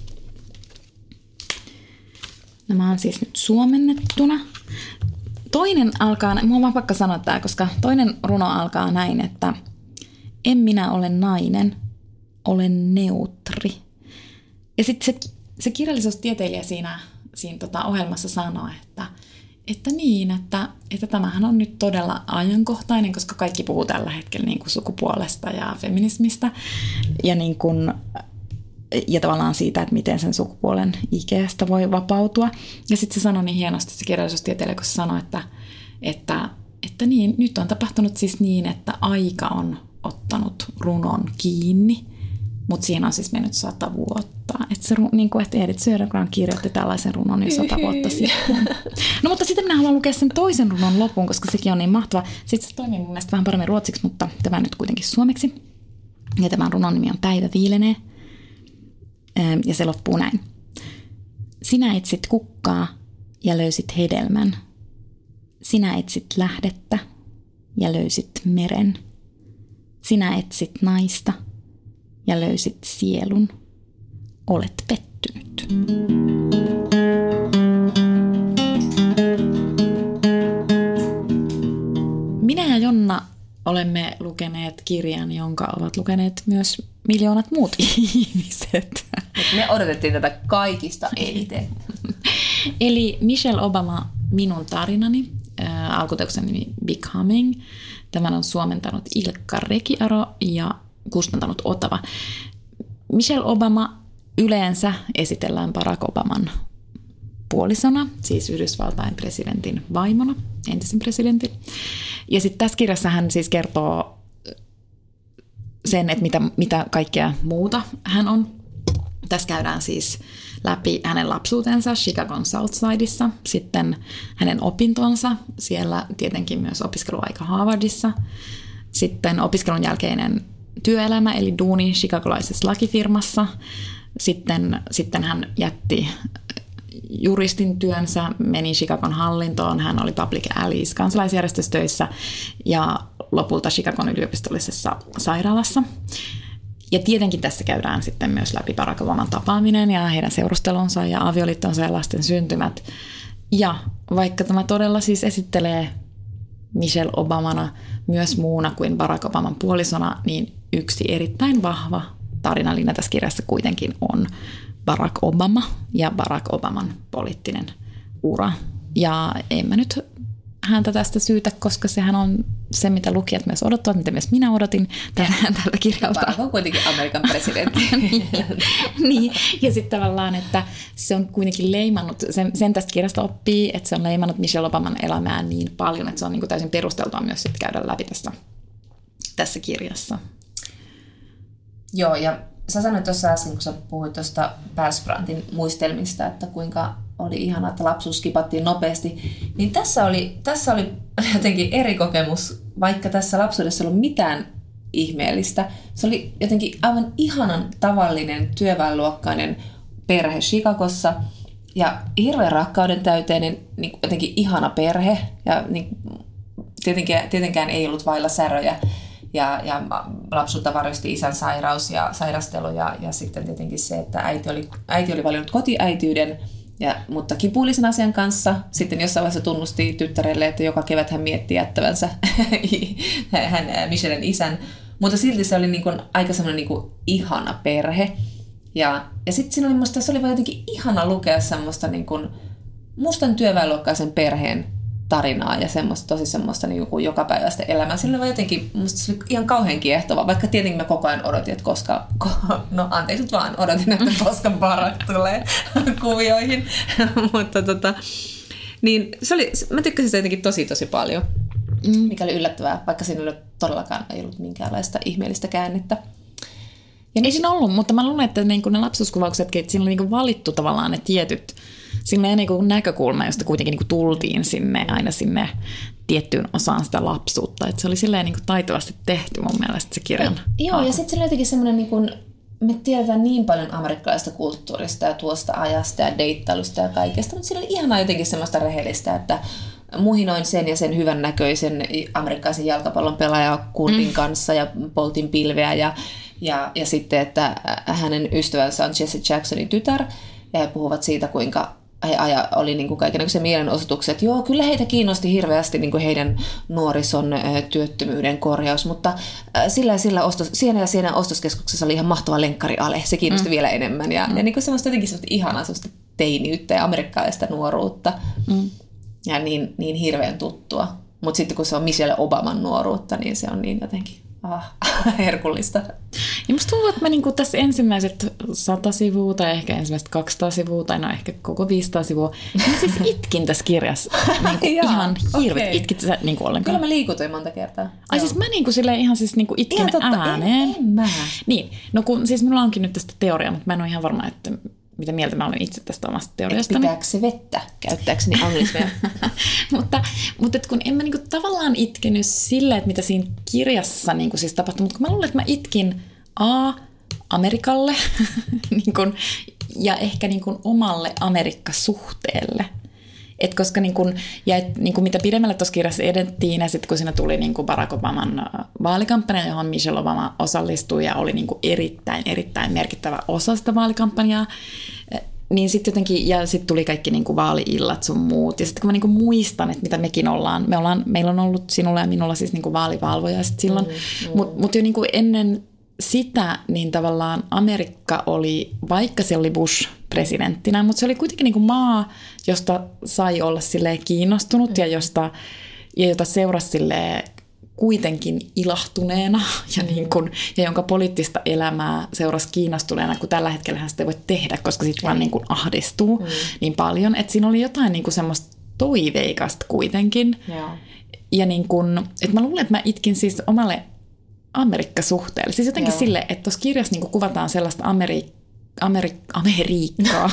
Nämä on siis nyt suomennettuna. Toinen alkaa, minun on vaan pakko sanoa tämä, koska toinen runo alkaa näin, että en minä ole nainen, olen neutri. Ja sitten se, se kirjallisuustieteilijä siinä, siinä tota ohjelmassa sanoo, että, että niin, että, että tämähän on nyt todella ajankohtainen, koska kaikki puhuu tällä hetkellä niin kuin sukupuolesta ja feminismistä ja niin kuin ja tavallaan siitä, että miten sen sukupuolen ikeestä voi vapautua. Ja sitten se sanoi niin hienosti, se kirjallisuustieteilijä, kun se sanoi, että, että, että niin, nyt on tapahtunut siis niin, että aika on ottanut runon kiinni, mutta siihen on siis mennyt sata vuotta. Että se, niin kuin, että Edith Södergran kirjoitti tällaisen runon jo sata vuotta sitten. No mutta sitten minä haluan lukea sen toisen runon lopun, koska sekin on niin mahtava. Sitten se toimii mun mielestä vähän paremmin ruotsiksi, mutta tämä nyt kuitenkin suomeksi. Ja tämän runon nimi on Päivä viilenee. Ja se loppuu näin. Sinä etsit kukkaa ja löysit hedelmän. Sinä etsit lähdettä ja löysit meren. Sinä etsit naista ja löysit sielun. Olet pettynyt. Minä ja Jonna olemme lukeneet kirjan, jonka ovat lukeneet myös miljoonat muut ihmiset. Me odotettiin tätä kaikista eniten. Eli Michelle Obama, Minun tarinani, äh, alkuteoksen nimi Becoming. Tämän on suomentanut Ilkka Rekiaro ja kustantanut Otava. Michelle Obama yleensä esitellään Barack Obaman puolisona, siis Yhdysvaltain presidentin vaimona, entisen presidentin. Ja sitten tässä kirjassa hän siis kertoo sen, että mitä, mitä kaikkea muuta hän on. Tässä käydään siis läpi hänen lapsuutensa Chicagon Southsideissa, sitten hänen opintonsa, siellä tietenkin myös opiskeluaika Harvardissa, sitten opiskelun jälkeinen työelämä eli duuni chicagolaisessa lakifirmassa, sitten, sitten hän jätti juristin työnsä, meni Chicagon hallintoon, hän oli Public Allies kansalaisjärjestössä töissä ja lopulta Chicagon yliopistollisessa sairaalassa. Ja tietenkin tässä käydään sitten myös läpi Barack Obaman tapaaminen ja heidän seurustelunsa ja avioliittonsa ja lasten syntymät. Ja vaikka tämä todella siis esittelee Michelle Obamana myös muuna kuin Barack Obaman puolisona, niin yksi erittäin vahva tarinanlinja tässä kirjassa kuitenkin on Barack Obama ja Barack Obaman poliittinen ura. Ja en mä nyt häntä tästä syytä, koska sehän on se, mitä lukijat myös odottavat, mitä myös minä odotin tältä kirjalta. Barack on kuitenkin Amerikan presidentti. niin, niin. Ja sitten tavallaan, että se on kuitenkin leimannut, sen, sen tästä kirjasta oppii, että se on leimannut Michelle Obaman elämää niin paljon, että se on niin kuin täysin perusteltua myös sitten käydä läpi tässä, tässä kirjassa. Joo, ja sä sanoit tuossa äsken, kun sä puhuit tuosta Persbrandtin muistelmista, että kuinka oli ihana, että lapsuus skipattiin nopeasti, niin tässä oli, tässä oli jotenkin eri kokemus, vaikka tässä lapsuudessa ei ollut mitään ihmeellistä. Se oli jotenkin aivan ihanan tavallinen työväenluokkainen perhe Chicagossa ja hirveän rakkauden täyteinen, niin jotenkin ihana perhe ja niin, tietenkään, tietenkään ei ollut vailla säröjä. Ja, ja lapsuutta varjosti isän sairaus ja sairastelu ja, ja sitten tietenkin se, että äiti oli, äiti oli valinnut kotiäityyden, ja, mutta kipullisen asian kanssa. Sitten jossain vaiheessa tunnusti tyttärelle, että joka kevät hän mietti jättävänsä hän, Michellen isän. Mutta silti se oli niin kuin aika semmoinen niin kuin ihana perhe. Ja, ja sitten siinä oli musta, se oli vaan jotenkin ihana lukea semmoista niin kuin mustan työväenluokkaisen perheen tarinaa ja semmoista, tosi semmoista niin kuin jokapäiväistä elämää. Sillä oli jotenkin, musta se oli ihan kauhean kiehtovaa, vaikka tietenkin mä koko ajan odotin, että koska, no anteeksi nyt vaan, odotin, että koska Barack tulee kuvioihin. Mutta tota, niin se oli, mä tykkäsin sitä jotenkin tosi tosi paljon, mikä oli yllättävää, vaikka siinä oli todellakaan ei ollut minkäänlaista ihmeellistä käännettä. Ja ei siinä ollut, mutta mä luulen, että niin ne lapsuuskuvauksetkin, että siinä oli niin valittu tavallaan ne tietyt, siinä niin näkökulma, josta kuitenkin niin tultiin sinne aina sinne tiettyyn osaan sitä lapsuutta. Että se oli silleen niin taitavasti tehty mun mielestä se kirjan. Ja, joo, ja sitten se oli jotenkin semmoinen, niin kuin, me tiedetään niin paljon amerikkalaisesta kulttuurista ja tuosta ajasta ja deittailusta ja kaikesta, mutta siinä oli ihanaa jotenkin semmoista rehellistä, että muhinoin sen ja sen hyvännäköisen amerikkalaisen jalkapallon pelaajakuntin mm. kanssa ja poltin pilveä ja, ja, ja sitten, että hänen ystävänsä on Jesse Jacksonin tytär ja he puhuvat siitä, kuinka he aja, oli niin kuin kaikenlaisia mielenosoituksia, että joo, kyllä heitä kiinnosti hirveästi niin kuin heidän nuorison työttömyyden korjaus, mutta sillä ja sillä ostos, siinä ja siinä ostoskeskuksessa oli ihan mahtava lenkkariale, se kiinnosti mm. vielä enemmän ja, mm. ja niin kuin semmoista jotenkin semmoista ihanaa semmoista teiniyttä ja amerikkalaista nuoruutta mm. ja niin, niin hirveän tuttua, mutta sitten kun se on Michelle Obaman nuoruutta, niin se on niin jotenkin ah, herkullista. Ja musta tuntuu, että mä niin tässä ensimmäiset sata sivua tai ehkä ensimmäiset kaksisataa sivua tai no ehkä koko viisisataa sivua, niin siis itkin tässä kirjassa niin Jaa, ihan hirveet. Okay. Itkit sä niin ollenkaan? Kyllä mä liikutuin monta kertaa. Ai Joo. siis mä niin silleen ihan siis niin itkin ihan totta, ääneen. En, en mä. Niin, no kun siis minulla onkin nyt tästä teoriaa, mutta mä en ole ihan varma, että mitä mieltä mä olen itse tästä omasta teoriastani. Pitääkö se vettä, käyttääkseni anglismia? mutta mutta et kun en mä niinku tavallaan itkenyt sillä, että mitä siinä kirjassa niinku siis tapahtui, mutta kun mä luulen, että mä itkin A, Amerikalle niin kun, ja ehkä niin kun omalle Amerikka-suhteelle. Et koska niin kun, ja et, niin kun mitä pidemmälle tuossa kirjassa edettiin, ja sitten kun siinä tuli niin kun Barack Obaman vaalikampanja, johon Michelle Obama osallistui ja oli niin kun erittäin, erittäin merkittävä osa sitä vaalikampanjaa, niin sitten jotenkin, ja sitten tuli kaikki niin kuin vaali-illat sun muut. Ja sitten kun mä niin kuin muistan, että mitä mekin ollaan, me ollaan, meillä on ollut sinulla ja minulla siis niin kuin vaalivalvoja sit silloin, mm, mm. mutta mut jo niin kuin ennen sitä, niin tavallaan Amerikka oli, vaikka se oli Bush presidenttinä, mutta se oli kuitenkin niin kuin maa, josta sai olla silleen kiinnostunut mm. ja, josta, ja jota seurasi silleen kuitenkin ilahtuneena ja, mm. niin kuin, ja jonka poliittista elämää seurasi kiinnostuneena, kun tällä hetkellä hän sitä ei voi tehdä, koska sitten vaan niin kuin ahdistuu mm. niin paljon. Että siinä oli jotain niin kuin semmoista toiveikasta kuitenkin. Joo. Ja niin kuin, että mä luulen, että mä itkin siis omalle Amerikka-suhteelle. Siis jotenkin sille, että tuossa kirjassa niin kuin kuvataan sellaista Ameri- Ameri- Amerikkaa.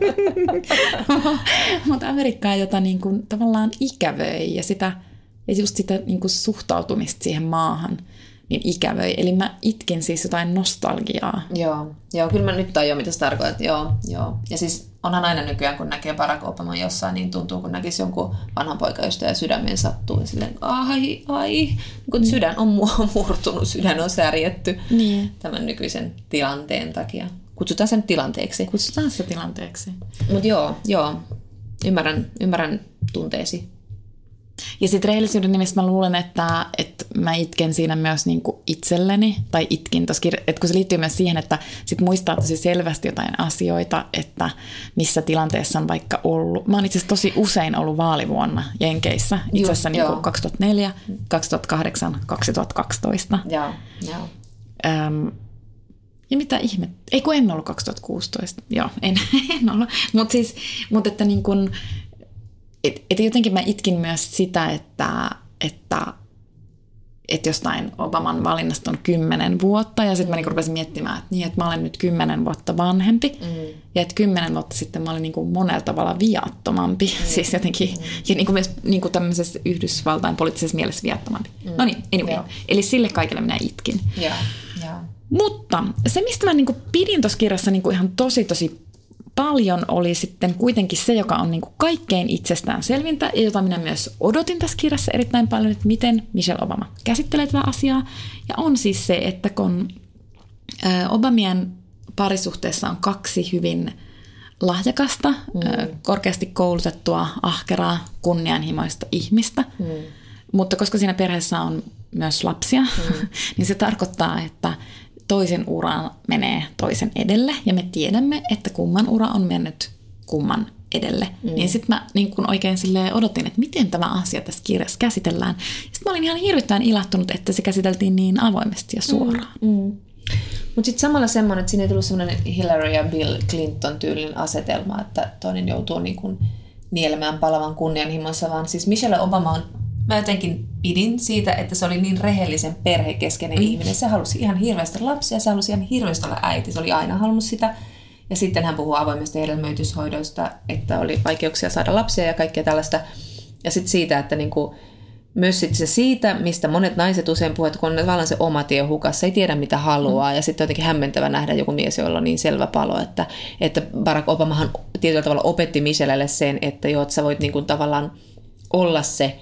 Mutta Amerikkaa, jota niin kuin tavallaan ikävöi ja sitä ja just sitä niin kuin suhtautumista siihen maahan niin ikävöi. Eli mä itkin siis jotain nostalgiaa. Joo, joo kyllä mä nyt tajuan, mitä se tarkoittaa. Joo, joo. Ja siis onhan aina nykyään, kun näkee Barack Obama jossain, niin tuntuu, kun näkisi jonkun vanhan poikaystä ja sydämeen sattuu. Ja silleen, ai, ai. Kun niin. Sydän on murtunut, sydän on särjetty niin. Tämän nykyisen tilanteen takia. Kutsutaan sen tilanteeksi. Kutsutaan se tilanteeksi. Mutta joo, joo. Ymmärrän, ymmärrän tunteesi. Ja sitten rehellisyyden nimessä mä luulen, että, että mä itken siinä myös niinku itselleni, tai itkin tuossa kirja, että kun se liittyy myös siihen, että sit muistaa tosi selvästi jotain asioita, että missä tilanteessa on vaikka ollut. Mä oon itse asiassa tosi usein ollut vaalivuonna Jenkeissä, itse asiassa niinku kaksituhattaneljä, kaksituhattakahdeksan, kaksituhattakaksitoista. Joo, joo. Ähm, ja mitä ihmettä? Ei kun en ollut kaksituhattakuusitoista. Joo, en, en ollut. Mutta siis, mut että niin kun, et, et jotenkin mä itkin myös sitä, että, että, että jostain Obaman valinnasta on kymmenen vuotta. Ja sitten mm. mä niinku rupesin miettimään, että, niin, että mä olen nyt kymmenen vuotta vanhempi. Mm. Ja että kymmenen vuotta sitten mä olin niinku monella tavalla viattomampi. Mm. Siis jotenkin, mm. ja niinku myös niinku tämmöisessä Yhdysvaltain poliittisessa mielessä viattomampi. Mm. No niin, anyway. Joo. Eli sille kaikille minä itkin. Joo, joo. Mutta se, mistä mä niinku pidin tuossa kirjassa niinku ihan tosi tosi paljon, oli sitten kuitenkin se, joka on niinku kaikkein itsestään selvintä ja jota minä myös odotin tässä kirjassa erittäin paljon, että miten Michelle Obama käsittelee tätä asiaa. Ja on siis se, että kun Obamien parisuhteessa on kaksi hyvin lahjakasta, mm. korkeasti koulutettua, ahkeraa, kunnianhimoista ihmistä, mm. mutta koska siinä perheessä on myös lapsia, mm. niin se tarkoittaa, että toisen ura menee toisen edelle, ja me tiedämme, että kumman ura on mennyt kumman edelle. Mm. Niin sitten mä niin kun oikein silleen odotin, että miten tämä asia tässä kirjassa käsitellään. Sitten mä olin ihan hirvittävän ilahtunut, että se käsiteltiin niin avoimesti ja suoraan. Mm. Mm. Mutta sitten samalla semmoinen, että siinä ei tullut semmoinen Hillary ja Bill Clinton tyylinen asetelma, että toinen joutuu niin kun nielemään palavan kunnianhimoissa, vaan siis Michelle Obama on, mä jotenkin pidin siitä, että se oli niin rehellisen perhekeskeinen mm. ihminen. Se halusi ihan hirveästi lapsia, se halusi ihan hirveästi olla äiti. Se oli aina halunnut sitä. Ja sitten hän puhuu avoimesta hedelmöityshoidoista, että oli vaikeuksia saada lapsia ja kaikkea tällaista. Ja sitten siitä, että niinku, myös sit se siitä, mistä monet naiset usein puhuvat, kun on tavallaan se oma tie hukassa, ei tiedä mitä haluaa. Mm. Ja sitten on jotenkin hämmentävä nähdä joku mies, jolla on niin selvä palo, että, että Barack Obamahan tietyllä tavalla opetti Michellelle sen, että joo, että sä voit niinku tavallaan olla se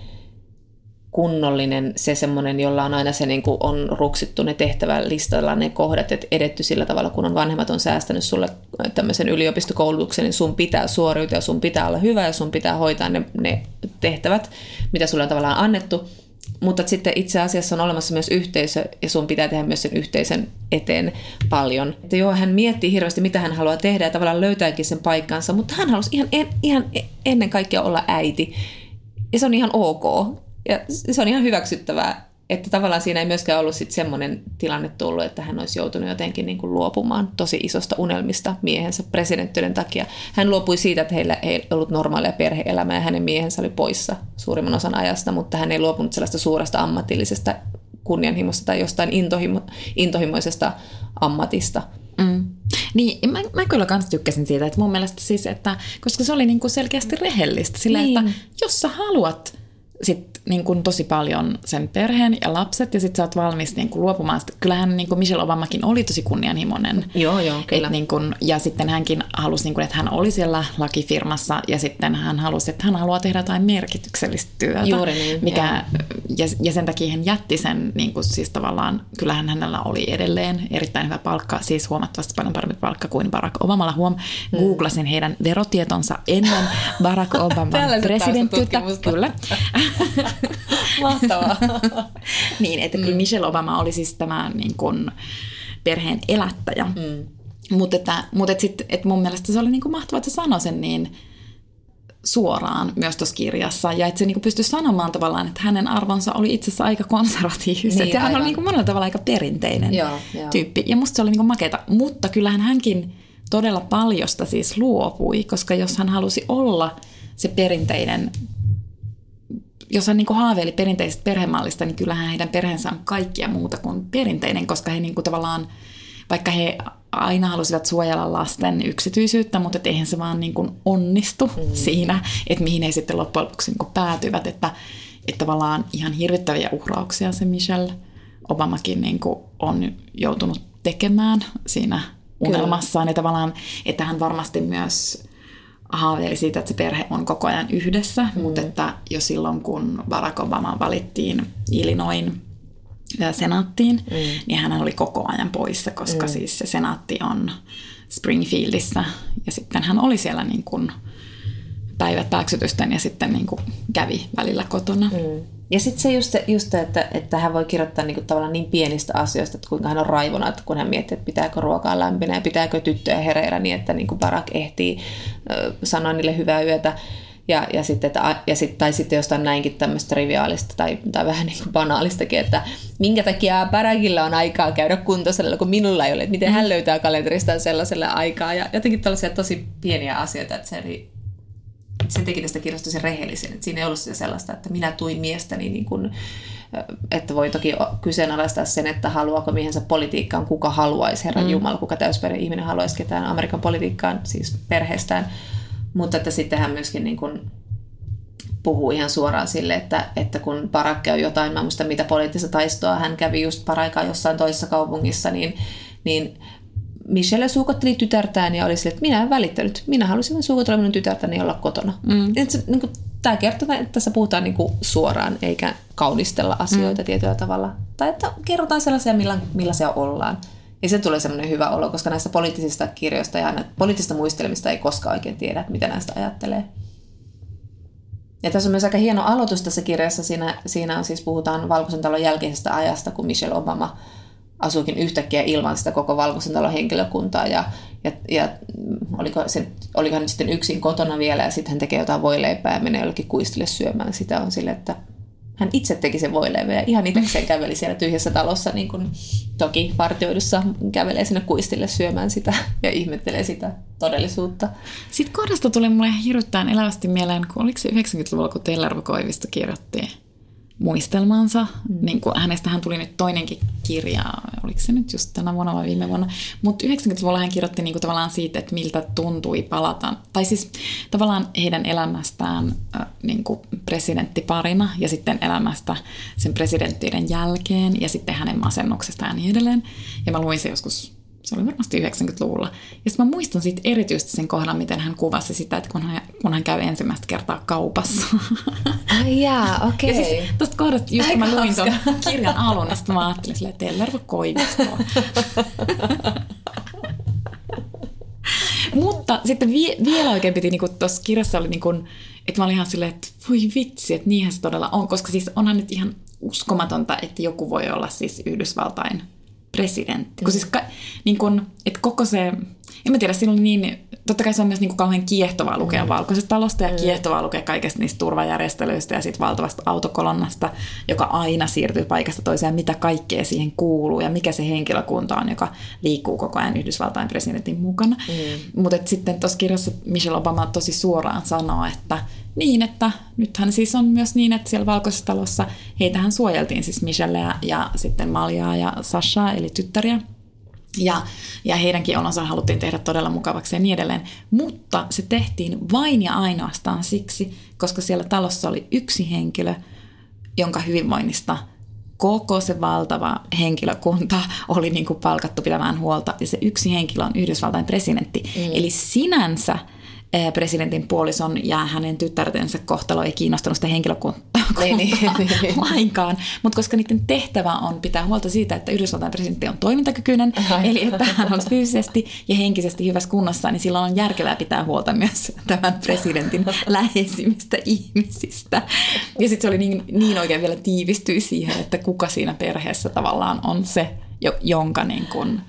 kunnollinen, se semmoinen, jolla on aina se niin kuin on ruksittu ne tehtävälistalla ne kohdat, että edetty sillä tavalla, kun on vanhemmat on säästänyt sulle tämmöisen yliopistokoulutuksen, niin sun pitää suoriutua ja sun pitää olla hyvä ja sun pitää hoitaa ne, ne tehtävät, mitä sulle on tavallaan annettu. Mutta sitten itse asiassa on olemassa myös yhteisö ja sun pitää tehdä myös sen yhteisön eteen paljon. Että joo, hän miettii hirveästi, mitä hän haluaa tehdä ja tavallaan löytääkin sen paikkansa, mutta hän halusi ihan, en, ihan ennen kaikkea olla äiti. Ja se on ihan ok. Ja se on ihan hyväksyttävää, että tavallaan siinä ei myöskään ollut sit semmoinen tilanne tullut, että hän olisi joutunut jotenkin niin kuin luopumaan tosi isosta unelmista miehensä presidenttiyden takia. Hän luopui siitä, että heillä ei ollut normaalia perhe-elämää ja hänen miehensä oli poissa suurimman osan ajasta, mutta hän ei luopunut sellaista suuresta ammatillisesta kunnianhimosta tai jostain intohimo, intohimoisesta ammatista. Mm. Niin, mä, mä kyllä kans tykkäsin siitä, että mun mielestä siis, että koska se oli niin kuin selkeästi rehellistä sillä, niin. Että jos sä haluat sit niin kuin tosi paljon sen perheen ja lapset, ja sit sä oot valmis niin kuin luopumaan sitä. Kyllähän niin kuin Michelle Obamakin oli tosi kunnianhimoinen. Joo, joo, kyllä. Niin kuin, ja sitten hänkin halusi, niin kuin, että hän oli siellä lakifirmassa, ja sitten hän halusi, että hän haluaa tehdä jotain merkityksellistä työtä. Juuri niin, mikä, ja, ja sen takia hän jätti sen, niin kuin, siis tavallaan, kyllähän hänellä oli edelleen erittäin hyvä palkka, siis huomattavasti paljon parempi palkka kuin Barack Obamalla. Huom, mm. googlasin heidän verotietonsa ennen Barack Obaman presidenttyyttä. Kyllä. Mahtavaa. Niin, että kyllä Michelle Obama oli siis tämä niin kuin perheen elättäjä. Mm. Mutta että, mutta että sit, että mun mielestä se oli niin kuin mahtavaa, että se sanoi sen niin suoraan myös tuossa kirjassa, ja että se niinku pystyi sanomaan tavallaan, että hänen arvonsa oli itse asiassa aika konservatiiviset, niin, ja hän oli niinku monella tavalla aika perinteinen joo, tyyppi, joo. Ja musta se oli niinku makeata, mutta kyllähän hänkin todella paljosta siis luopui, koska jos hän halusi olla se perinteinen, jos hän niinku haaveili perinteisestä perhemallista, niin kyllähän heidän perheensä on kaikkia muuta kuin perinteinen, koska he niinku tavallaan, vaikka he aina halusivat suojella lasten yksityisyyttä, mutta eihän se vaan niin kuin onnistu mm. siinä, että mihin he sitten loppujen lopuksi niin kuin päätyvät, että, että tavallaan ihan hirvittäviä uhrauksia se Michelle Obamakin niin kuin on joutunut tekemään siinä unelmassaan. Ja tavallaan, että hän varmasti myös haaveili siitä, että se perhe on koko ajan yhdessä, mm. mutta että jo silloin, kun Barack Obama valittiin Illinoisin senaattiin, mm. niin hän oli koko ajan poissa, koska mm. siis se senaatti on Springfieldissä, ja sitten hän oli siellä niin kuin päivät pääksytysten ja sitten niin kuin kävi välillä kotona. Mm. Ja sitten se just, just että, että hän voi kirjoittaa niin kuin tavallaan niin pienistä asioista, että kuinka hän on raivona, että kun hän miettii, että pitääkö ruokaa lämpinä ja pitääkö tyttöjä hereillä niin, että niin kuin Barack ehtii äh, sanoa niille hyvää yötä. Ja, ja sitten, että, ja sit, tai sitten jostain näinkin tämmöistä triviaalista tai, tai vähän niin kuin banaalistakin, että minkä takia Barackilla on aikaa käydä kuntosalilla, kun minulla ei ole. Että miten hän löytää kalenteristaan sellaiselle aikaa. Ja jotenkin tällaisia tosi pieniä asioita, että se, oli, se teki tästä kirjasta tosi rehellisen. Että siinä ei ollut sellaista, että minä tuin miestäni, niin kuin, että voi toki kyseenalaistaa sen, että haluaako miehensä politiikkaan, kuka haluaisi, Herran mm. Jumala, kuka täysperhe ihminen haluaisi ketään Amerikan politiikkaan, siis perheestään. Mutta että sitten hän myöskin niin kuin puhuu ihan suoraan sille, että, että kun Barack käy jotain, mä muistan mitä poliittista taistoa, hän kävi just paraikaa jossain toisessa kaupungissa, niin, niin Michelle suukotteli tytärtään ja oli sille, että minä en välittänyt. Minä halusin vain suukotella minun tytärtäni olla kotona. Mm. Se, niin kuin, tämä kertoo, että tässä puhutaan niin kuin suoraan, eikä kaunistella asioita mm. tietyllä tavalla. Tai että kerrotaan sellaisia, milla, millaisia ollaan. Ja se tulee semmoinen hyvä olo, koska näistä poliittisista kirjoista ja poliittisista muistelemista ei koskaan oikein tiedä, mitä näistä ajattelee. Ja tässä on myös aika hieno aloitus tässä kirjassa. Siinä, siinä on siis puhutaan Valkoisen talon jälkeisestä ajasta, kun Michelle Obama asuikin yhtäkkiä ilman sitä koko Valkoisen talon henkilökuntaa. Ja, ja, ja oliko, se, oliko hän nyt sitten yksin kotona vielä ja sitten hän tekee jotain voileipää ja menee jollekin kuistille syömään. Sitä on sille, että hän itse teki sen voileivän ja ihan itsekseen käveli siellä tyhjässä talossa, niin kuin toki partioidussa kävelee sinne kuistille syömään sitä ja ihmettelee sitä todellisuutta. Sitten kohdasta tuli mulle hirvittäin elävästi mieleen, kun oliko se yhdeksänkymmentäluvulla, kun Tellervo Koivisto kirjoitti muistelmansa. Mm. Niin kuin hänestähän tuli nyt toinenkin kirja, oliko se nyt just tänä vuonna vai viime vuonna. Mutta yhdeksänkymmentäluvulla hän kirjoitti niin kuin tavallaan siitä, että miltä tuntui palata. Tai siis tavallaan heidän elämästään äh, niin kuin presidenttiparina ja sitten elämästä sen presidenttiyden jälkeen ja sitten hänen masennuksestaan ja niin edelleen. Ja mä luin se joskus, se oli varmasti yhdeksänkymmentäluvulla. Ja sitten mä muistan siitä erityisesti sen kohdan, miten hän kuvasi sitä, että kun hän, kun hän käy ensimmäistä kertaa kaupassa. Ai jaa, okei. Okay. Ja siis tuosta kohdasta, just kun mä luin tuon kirjan alun, niin sitten mä ajattelin silleen, että Tellervo Koivistoa. Mutta sitten vie, vielä oikein piti, niin tuossa kirjassa oli, niin kuin, että mä olin ihan silleen, että voi vitsi, että niinhän se todella on. Koska siis onhan nyt ihan uskomatonta, että joku voi olla siis Yhdysvaltain presidentti. Mm. Kun siis, ka, niin kun, että koko se, en mä tiedä, siinä oli niin, totta kai se on myös niin kuin kauhean kiehtovaa lukea mm. Valkoisesta talosta ja mm. kiehtovaa lukea kaikesta niistä turvajärjestelyistä ja siitä valtavasta autokolonnasta, joka aina siirtyy paikasta toiseen, mitä kaikkea siihen kuuluu ja mikä se henkilökunta on, joka liikkuu koko ajan Yhdysvaltain presidentin mukana. Mm. Mutta sitten tuossa kirjassa Michelle Obama tosi suoraan sanoo, että niin, että nythän siis on myös niin, että siellä Valkoisessa talossa heitähän suojeltiin siis Michellea ja sitten Maliaa ja Sashaa, eli tyttäriä. Ja, ja heidänkin olonsa haluttiin tehdä todella mukavaksi ja niin edelleen. Mutta se tehtiin vain ja ainoastaan siksi, koska siellä talossa oli yksi henkilö, jonka hyvinvoinnista koko se valtava henkilökunta oli niin kuin palkattu pitämään huolta. Ja se yksi henkilö on Yhdysvaltain presidentti. Mm. Eli sinänsä presidentin puolison ja hänen tyttärtensä kohtalo ei kiinnostanut sitä henkilökuntaa niin, niin, niin. lainkaan. Mutta koska niiden tehtävä on pitää huolta siitä, että Yhdysvaltain presidentti on toimintakykyinen, Ai. eli että hän on fyysisesti ja henkisesti hyvässä kunnossa, niin silloin on järkevää pitää huolta myös tämän presidentin läheisimmistä ihmisistä. Ja sitten se oli niin, niin oikein vielä tiivistyi siihen, että kuka siinä perheessä tavallaan on se, jonka, niin kun,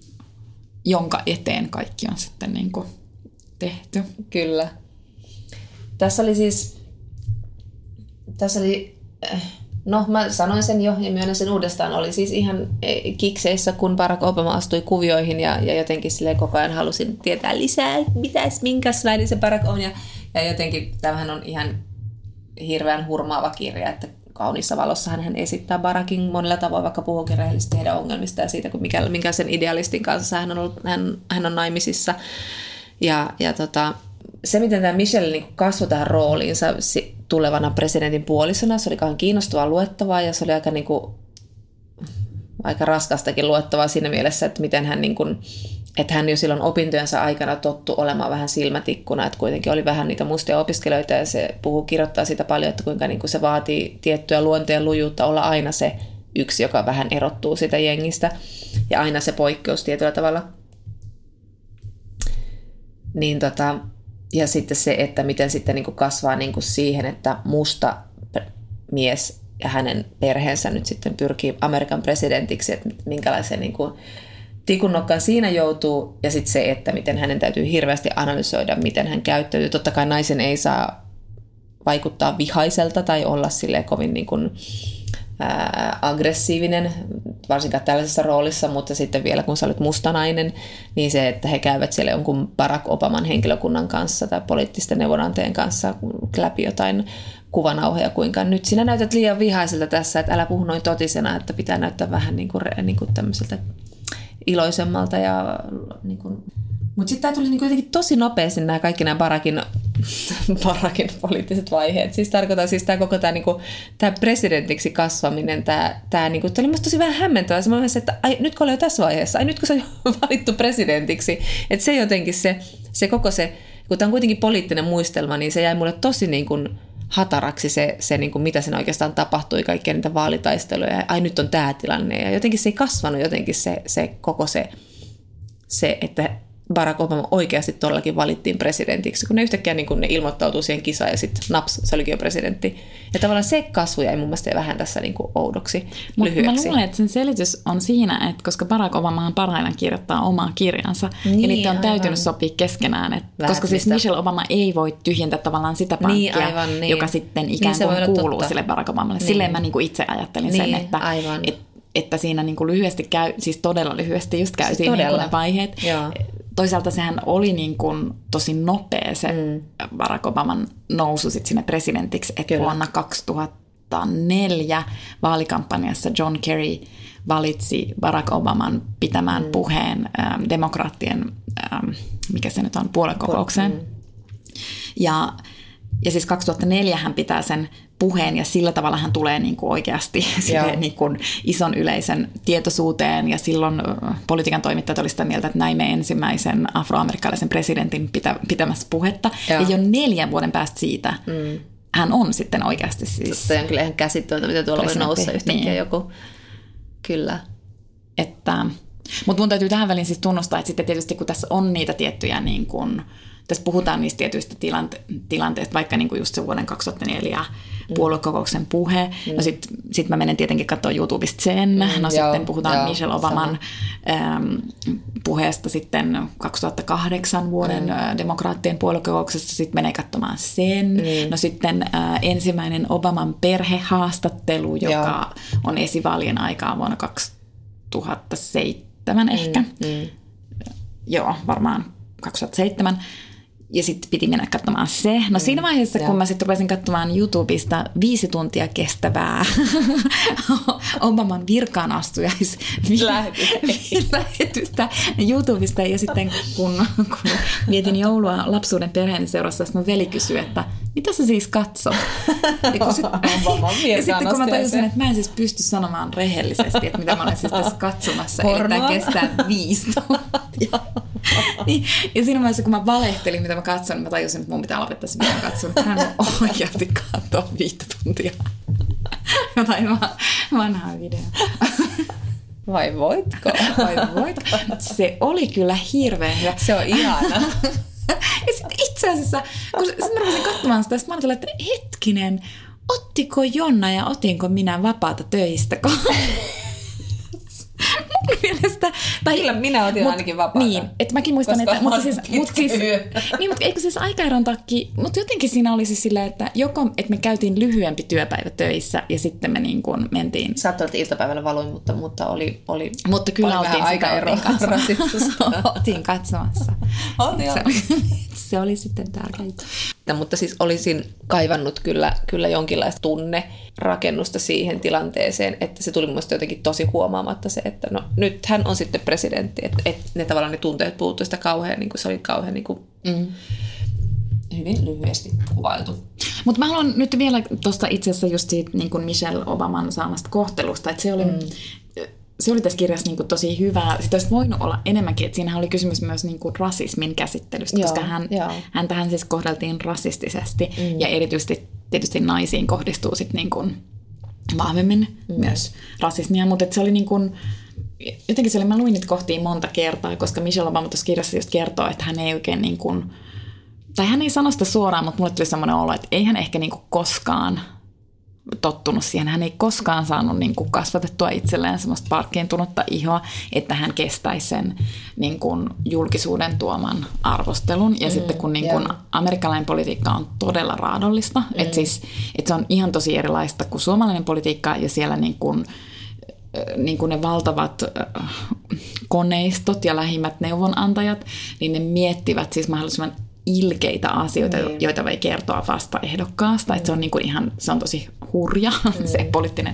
jonka eteen kaikki on sitten niin kun tehty. Kyllä. Tässä oli siis, tässä oli, no mä sanoin sen jo ja myönnän sen uudestaan, oli siis ihan kikseissä, kun Barack Obama astui kuvioihin ja, ja jotenkin silleen koko ajan halusin tietää lisää, mitäs, minkälainen se Barack on. Ja, ja jotenkin tämähän on ihan hirveän hurmaava kirja, että kauniissa valossahan hän esittää Barackin monella tavoin, vaikka puhuukin rehellisesti heidän ongelmista ja siitä, mikä, minkä sen idealistin kanssa hän on, ollut, hän, hän on naimisissa. Ja, ja tota, se, miten tämä Michelle niin kasvoi tähän rooliinsa tulevana presidentin puolisona, se oli kauhean kiinnostavaa luettavaa ja se oli aika, niin kuin, aika raskastakin luettavaa siinä mielessä, että miten hän, niin kuin, että hän jo silloin opintojensa aikana tottu olemaan vähän silmätikkuna, että kuitenkin oli vähän niitä mustia opiskelijoita ja se puhuu, kirjoittaa siitä paljon, että kuinka niin kuin se vaatii tiettyä luonteen lujuutta olla aina se yksi, joka vähän erottuu sitä jengistä ja aina se poikkeus tietyllä tavalla. Niin tota, ja sitten se, että miten sitten niin kuin kasvaa niin kuin siihen, että musta mies ja hänen perheensä nyt sitten pyrkii Amerikan presidentiksi, että minkälaisen niin kuin tikunnokkaan siinä joutuu, ja sitten se, että miten hänen täytyy hirveästi analysoida, miten hän käyttäytyy. Totta kai naisen ei saa vaikuttaa vihaiselta tai olla silleen kovin niin kuin, ää, aggressiivinen, varsinkaan tällaisessa roolissa, mutta sitten vielä kun sä olet musta nainen, niin se, että he käyvät siellä jonkun Barack Obaman henkilökunnan kanssa tai poliittisten neuvonantajien kanssa läpi jotain kuvanauhoja, kuinka nyt sinä näytät liian vihaiselta tässä, että älä puhu noin totisena, että pitää näyttää vähän niin kuin, niin kuin tämmöiseltä iloisemmalta. Ja, niin kuin. Mutta sitten tämä tuli niin jotenkin tosi nopeasti nämä kaikki nämä Barackin, Barackin poliittiset vaiheet. Siis tarkoitan siis tämä koko tämä, niin kuin, tämä presidentiksi kasvaminen, tämä, tämä, niin kuin, tämä oli musta tosi vähän hämmentävää. Se mä olisin, että ai, nyt kun olen jo tässä vaiheessa, ai nyt kun se on jo valittu presidentiksi, että se jotenkin se, se koko se, kun tämä on kuitenkin poliittinen muistelma, niin se jäi mulle tosi niin kuin hataraksi se, se niin kuin mitä siinä oikeastaan tapahtui, kaikkia niitä vaalitaisteluja, ja ai nyt on tämä tilanne, ja jotenkin se ei kasvanut jotenkin se, se koko se, se, että Barack Obama oikeasti todellakin valittiin presidentiksi, kun ne yhtäkkiä niin kun ne ilmoittautuu siihen kisaan, ja sitten naps, se olikin jo presidentti. Ja tavallaan se kasvu jäi mun mielestä vähän tässä niin kuin oudoksi, Mut lyhyeksi. Mä luulen, että sen selitys on siinä, että koska Barack Obamahan parhaillaan kirjoittaa omaa kirjansa, niin, ja niitä on täytynyt aivan sopia keskenään. Että, koska siis Michelle Obama ei voi tyhjentää tavallaan sitä pankkia, niin, aivan, niin. joka sitten ikään kuin niin kuuluu totta sille Barack Obamalle. Niin. Silleen mä niin kuin itse ajattelin niin, sen, että, et, että siinä niin kuin lyhyesti käy, siis todella lyhyesti just käytiin siis niin kuin ne vaiheet. Joo. Toisaalta sehän oli niin kuin tosi nopea se mm. Barack Obaman nousu sit sinne presidentiksi, että Kyllä. vuonna kaksituhattaneljä vaalikampanjassa John Kerry valitsi Barack Obaman pitämään mm. puheen ähm, demokraattien, ähm, mikä se nyt on, puoluekokoukseen. Mm. Ja, ja siis kaksituhattaneljä hän pitää sen puheen ja sillä tavalla hän tulee niin kuin oikeasti niin kuin ison yleisen tietoisuuteen ja silloin politiikan toimittajat olivat sitä mieltä, että näimme ensimmäisen afroamerikkalaisen presidentin pitä, pitämässä puhetta. Ja, ja jo neljän vuoden päästä siitä mm. hän on sitten oikeasti siis... Tämä on kyllä ihan käsittämätöntä, mitä tuolla voi noussa yhtäkkiä niin. joku. Kyllä. Että, mutta mun täytyy tähän väliin siis tunnustaa, että sitten tietysti kun tässä on niitä tiettyjä niin kuin, tässä puhutaan niistä tietyistä tilante- tilanteista, vaikka niin kuin just se vuoden kaksituhattaneljä mm. puoluekokouksen puhe. Mm. No sitten sit mä menen tietenkin katsoa YouTubesta sen. Mm, no joo, sitten puhutaan joo, Michelle Obaman äm, puheesta sitten kaksituhattakahdeksan vuoden mm. demokraattien puoluekokouksessa. Sitten menee katsomaan sen. Mm. No sitten äh, ensimmäinen Obaman perhehaastattelu, joka joo. on esivaalien aikaa vuonna kaksituhattaseitsemän ehkä. Mm. Mm. Joo, varmaan kaksituhattaseitsemän. Ja sitten piti mennä katsomaan se. No siinä vaiheessa, mm, kun mä sitten rupesin katsomaan YouTubesta viisi tuntia kestävää Obaman virkaanastujaislähetystä YouTubesta. Ja sitten kun, kun vietin joulua lapsuuden perheen seurassa, mun veli kysyi, että mitä sä siis katsot? Ja, sit, ja sitten kun mä tajusin, että mä en siis pysty sanomaan rehellisesti, että mitä mä olen siis tässä katsomassa. Eli tämä kestää viisi tuntia. Niin, ja siinä vaiheessa, kun mä valehtelin, mitä mä katson, mä tajusin, että mun pitää lopettaa se, mitä mä katson. Hän on oikeasti katsoa viittä tuntia. Jotain vanhaa videoa. Vai voitko? Vai voitko? Se oli kyllä hirveän hyvä. Se on ihana. Ja sitten itse asiassa, kun sitten mä rupesin katsomaan sitä, mä ajattelin, että hetkinen, ottiko Jonna ja otinko minä vapaata töistä? Mun mielestä Tai kyllä minä otin mut, ainakin vapaata. Niin, että mäkin muistan, koska että... Mutta siis, mut siis, niin, mutta eikö siis aikaeron takia... Mutta jotenkin siinä oli siis silleen, että joko että me käytiin lyhyempi työpäivä töissä ja sitten me niin kuin mentiin... Sä olet iltapäivällä valoin, mutta, mutta oli, oli... Mutta kyllä oli oltiin aikaeroa katsomassa. Oltiin katsomassa. Oltiin, se, se oli sitten tärkeää. Mutta siis olisin kaivannut kyllä, kyllä jonkinlaista tunnerakennusta siihen tilanteeseen, että se tuli mun mielestä jotenkin tosi huomaamatta se, että no nyt hän on sitten presidentti, että, että ne tavallaan ne tunteet puuttuu sitä kauhean, niin kuin se oli kauhean niin kuin, mm. hyvin lyhyesti kuvailtu. Mutta mä haluan nyt vielä tuosta itse asiassa just siitä niin kuin Michelle Obaman saamasta kohtelusta, että se oli... Mm. Se oli tässä kirjassa niin kuin tosi hyvää. Sitä olisi voinut olla enemmänkin, että siinähän oli kysymys myös niin kuin rasismin käsittelystä, joo, koska hän, hän tähän siis kohdeltiin rasistisesti mm. ja erityisesti tietysti naisiin kohdistuu sitten niin kuin vahvemmin mm. myös rasismia, mutta se oli niin kuin, jotenkin se oli, mä luin niitä kohtia monta kertaa, koska Michelle Obama tuossa kirjassa just kertoo, että hän ei oikein niin kuin, tai hän ei sano sitä suoraan, mutta mulle tuli semmoinen olo, että ei hän ehkä niin kuin koskaan tottunut siihen. Hän ei koskaan saanut niin kuin kasvatettua itselleen semmoista parkkiintunutta ihoa, että hän kestäisi sen niin kuin julkisuuden tuoman arvostelun. Ja mm, sitten kun niin kuin yeah. amerikkalainen politiikka on todella raadollista, mm. että siis, että se on ihan tosi erilaista kuin suomalainen politiikka ja siellä niin kuin, niin kuin ne valtavat koneistot ja lähimmät neuvonantajat, niin ne miettivät siis mahdollisimman ilkeitä asioita, mm. joita voi kertoa vasta ehdokkaasta. Mm. Että se on niin kuin ihan, se on tosi hurja mm. se poliittinen,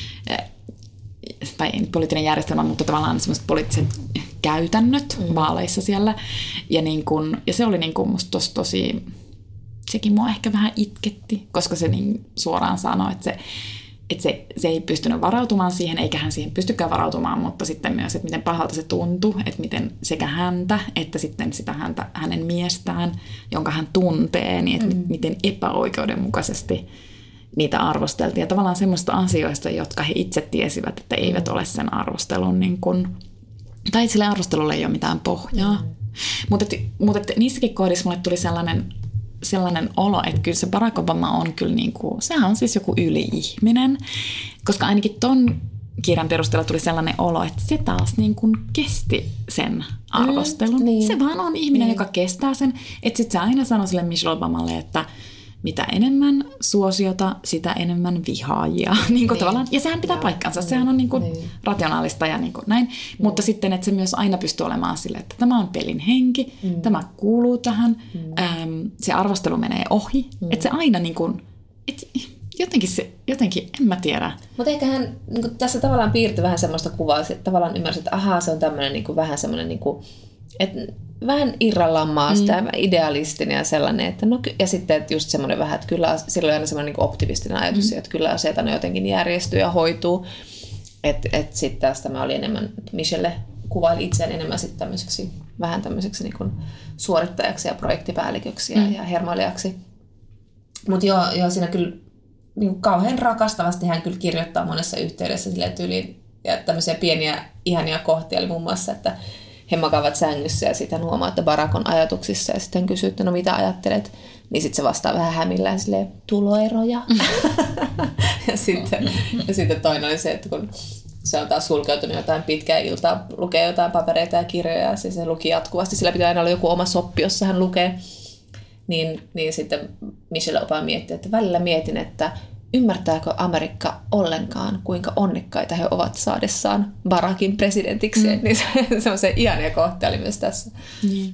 tai ei poliittinen järjestelmä, mutta tavallaan semmoiset poliittiset käytännöt mm. vaaleissa siellä. Ja, niin kuin, ja se oli niin kuin musta tosi, tosi, sekin mua ehkä vähän itketti, koska se niin suoraan sanoi, että se että se, se ei pystynyt varautumaan siihen, eikä hän siihen pystykään varautumaan, mutta sitten myös, että miten pahalta se tuntui, että miten sekä häntä, että sitten sitä häntä, hänen miestään, jonka hän tuntee, niin että mm. miten epäoikeudenmukaisesti niitä arvosteltiin. Ja tavallaan semmoista asioista, jotka he itse tiesivät, että eivät ole sen arvostelun, niin kuin, tai sille arvostelulle ei ole mitään pohjaa. Mm. Mutta, mutta niissäkin kohdissa mulle tuli sellainen sellainen olo, että kyllä se Barack Obama on kyllä niin kuin, sehän on siis joku yli-ihminen, koska ainakin ton kirjan perusteella tuli sellainen olo, että se taas niin kuin kesti sen arvostelun. Mm, niin. Se vaan on ihminen, niin. joka kestää sen, että sit se aina sanoi sille Michelle Obamalle, että mitä enemmän suosiota, sitä enemmän vihaajia. niin kuin tavallaan, ja sehän pitää ja, paikkansa, niin, sehän on niin kuin niin. rationaalista ja niin kuin näin. Niin. Mutta sitten, että se myös aina pystyy olemaan silleen, että tämä on pelin henki, mm. tämä kuuluu tähän, mm. äm, se arvostelu menee ohi. Mm. Että se aina niin kuin, että jotenkin se, jotenkin, en mä tiedä. Mutta ehkä hän niin kuin tässä tavallaan piirtyi vähän semmoista kuvaa, että tavallaan ymmärsi, että ahaa, se on tämmöinen niin kuin, vähän semmoinen, niin kuin, että vähän irrallaan maasta mm. ja idealistinen ja sellainen, että no, ja sitten että just semmoinen vähän, että kyllä silloin on aina semmoinen niin optimistinen ajatus, mm. että kyllä asiat aina jotenkin järjestyy ja hoituu, että et sitten taas tämä oli enemmän, Michelle kuvaili itseään enemmän sitten tämmöiseksi, vähän tämmöiseksi niin kuin suorittajaksi ja projektipäälliköksi ja, mm. ja hermoilijaksi. Mutta joo, joo, siinä kyllä niin kuin kauhean rakastavasti hän kyllä kirjoittaa monessa yhteydessä silleen tyyliin, ja tämmöisiä pieniä ihania kohtia oli muun muassa, että he makaavat sängyssä ja sitten hän huomaa, että Barack on ajatuksissa ja sitten kysyy, että no mitä ajattelet? Niin sitten se vastaa vähän hämillään silleen, tuloeroja. ja, sitten, ja sitten toinen oli se, että kun se on taas sulkeutunut jotain pitkää iltaa, lukee jotain papereita ja kirjoja ja se, se luki jatkuvasti. Sillä pitää aina olla joku oma soppi, jossa hän lukee. Niin, niin sitten Michelle Obama miettii, että välillä mietin, että ymmärtääkö Amerikka ollenkaan, kuinka onnekkaita he ovat saadessaan Barackin presidentiksi. Mm. Niin se, se on se ihania kohta oli myös tässä. Niin,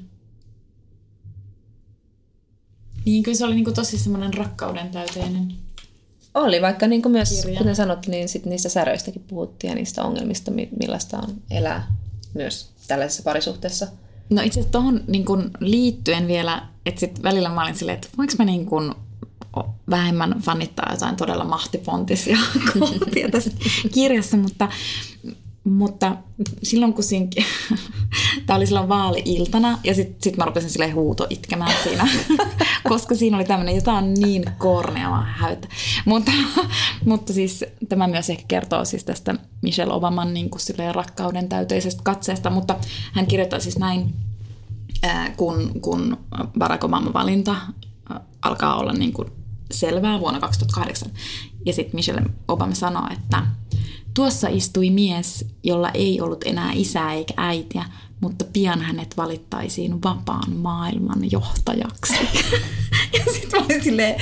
niin kyllä se oli niinku tosi semmoinen rakkauden täyteinen. Oli, vaikka niinku myös, kirja. Kuten sanot, niin sit niistä säröistäkin puhuttiin ja niistä ongelmista, millaista on elää myös tällaisessa parisuhteessa. No itse asiassa tuohon niinku liittyen vielä, että sit välillä mä olin silleen, että voinko mä niinku vähemmän fanittaa jotain todella mahtipontisia kohtia tässä kirjassa, mutta, mutta silloin kun siinä, tämä oli silloin vaali-iltana ja sitten sit mä rupesin silleen huuto itkemään siinä, koska siinä oli tämmöinen, jota on niin kornea, mä häytä. Mutta, mutta siis tämä myös ehkä kertoo siis tästä Michelle Obaman niin kuin silleen rakkauden täyteisestä katseesta, mutta hän kirjoittaa siis näin, kun, kun Barack Obaman valinta alkaa olla niin kuin selvää vuonna kaksituhattakahdeksan. Ja sitten Michelle Obama sanoo, että Tuossa istui mies, jolla ei ollut enää isää eikä äitiä, mutta pian hänet valittaisiin vapaan maailman johtajaksi. Ja sit mä olin silleen,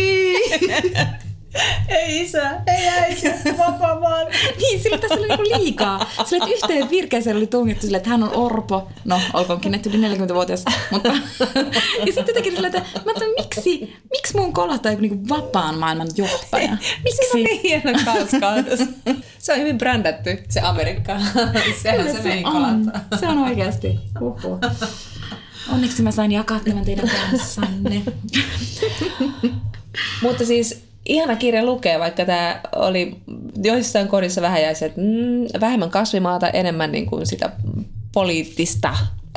ei isä, ei äiti, vapaa maailma. Niin, sillä tässä oli niinku liikaa. Sillä että yhteen virkeeseen oli tungettu silleen, että hän on orpo. No, olkoonkin ne yli neljäkymmentävuotias. Mutta... Ja sitten jotenkin silleen, että mä ajattelin, miksi, miksi mun kolahtaa joku niinku vapaan maailman johtaja? Miksi? Se on niin hieno kauskaus. Se on hyvin brändätty, se Amerikka. Sehän se, se meni kolahtaa. Se on oikeasti. Uhuh. Onneksi mä sain jakaa tämän teidän kanssanne. Mutta siis... Ihana kirja lukee, vaikka tämä oli joissain kodissa vähän jäi se, että mm, vähemmän kasvimaata, enemmän niin kuin sitä poliittista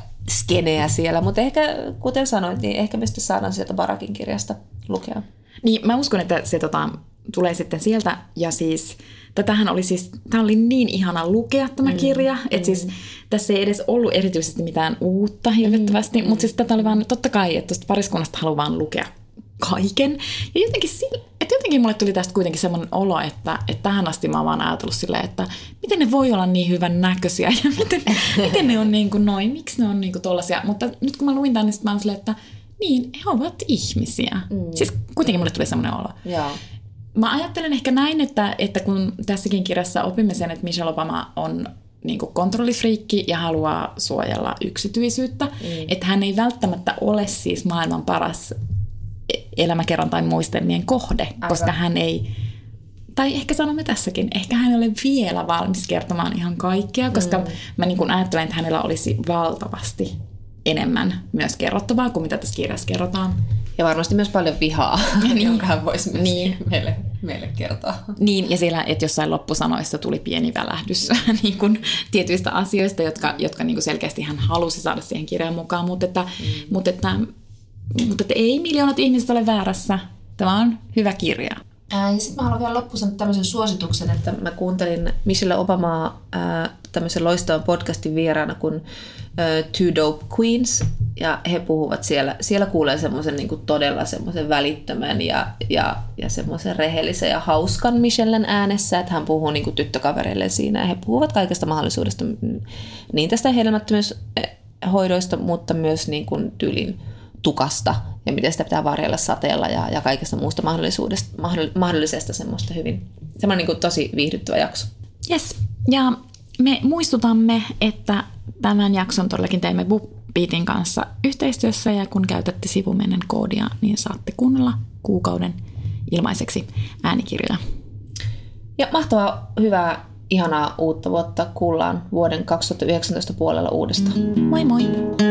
skeneä siellä. Mutta ehkä, kuten sanoit, niin ehkä me sitten saadaan sieltä Barakin kirjasta lukea. Niin, mä uskon, että se tota, tulee sitten sieltä. Ja siis, tätähän oli siis, tämä oli niin ihana lukea tämä kirja, mm, että mm. siis tässä ei edes ollut erityisesti mitään uutta hirvittävästi, mm, mutta siis tätä oli vaan, totta kai, että tuosta pariskunnasta haluaa vaan lukea kaiken. Ja jotenkin, että jotenkin mulle tuli tästä kuitenkin semmoinen olo, että, että tähän asti mä oon vaan ajatellut silleen, että miten ne voi olla niin hyvän näköisiä ja miten, miten ne on niin kuin noin, miksi ne on niin kuin tollaisia. Mutta nyt kun mä luin tämän, niin mä oon silleen, että niin, he ovat ihmisiä. Mm. Siis kuitenkin mulle tuli semmoinen olo. Joo. Mä ajattelen ehkä näin, että, että kun tässäkin kirjassa opimme sen, että Michelle Obama on niin kuin kontrollifriikki ja haluaa suojella yksityisyyttä, mm. että hän ei välttämättä ole siis maailman paras elämäkerran tai muistelmien kohde, Aivan. koska hän ei, tai ehkä sanomme tässäkin, ehkä hän ei ole vielä valmis kertomaan ihan kaikkea, koska mm. mä niin kuin ajattelen, että hänellä olisi valtavasti enemmän myös kerrottavaa kuin mitä tässä kirjassa kerrotaan. Ja varmasti myös paljon vihaa, niin. jonka hän voisi myös niin. meille, meille kertoa. Niin, ja siellä, että jossain loppusanoissa tuli pieni välähdys niin kuin tietyistä asioista, jotka, jotka niin kuin selkeästi hän halusi saada siihen kirjaan mukaan, mutta että, mm. mutta että Mutta että ei miljoonat ihmiset ole väärässä. Tämä on hyvä kirja. Ää, ja sitten mä haluan vielä loppuun sanoa tämmöisen suosituksen, että mä kuuntelin Michelle Obamaa ää, tämmöisen loistavan podcastin vieraana kuin ää, Two Dope Queens. Ja he puhuvat siellä, siellä kuulee semmoisen niin kuin todella semmoisen välittömän ja, ja, ja semmoisen rehellisen ja hauskan Michellen äänessä, että hän puhuu niin kuin tyttökavereille siinä. Ja he puhuvat kaikesta mahdollisuudesta, niin tästä hedelmättömyyshoidoista, mutta myös niin kuin tyylin tukasta ja miten sitä pitää varjella sateella ja, ja kaikesta muusta mahdollisuudesta, mahdollisesta semmoista hyvin, semmoinen niin kuin tosi viihdyttävä jakso. Yes. Ja me muistutamme, että tämän jakson todellakin teimme BookBeatin kanssa yhteistyössä ja kun käytätte sivumennen koodia, niin saatte kuunnella kuukauden ilmaiseksi äänikirjoja. Ja mahtavaa, hyvää, ihanaa uutta vuotta. Kuullaan vuoden kaksituhattayhdeksäntoista puolella uudestaan. Moi moi!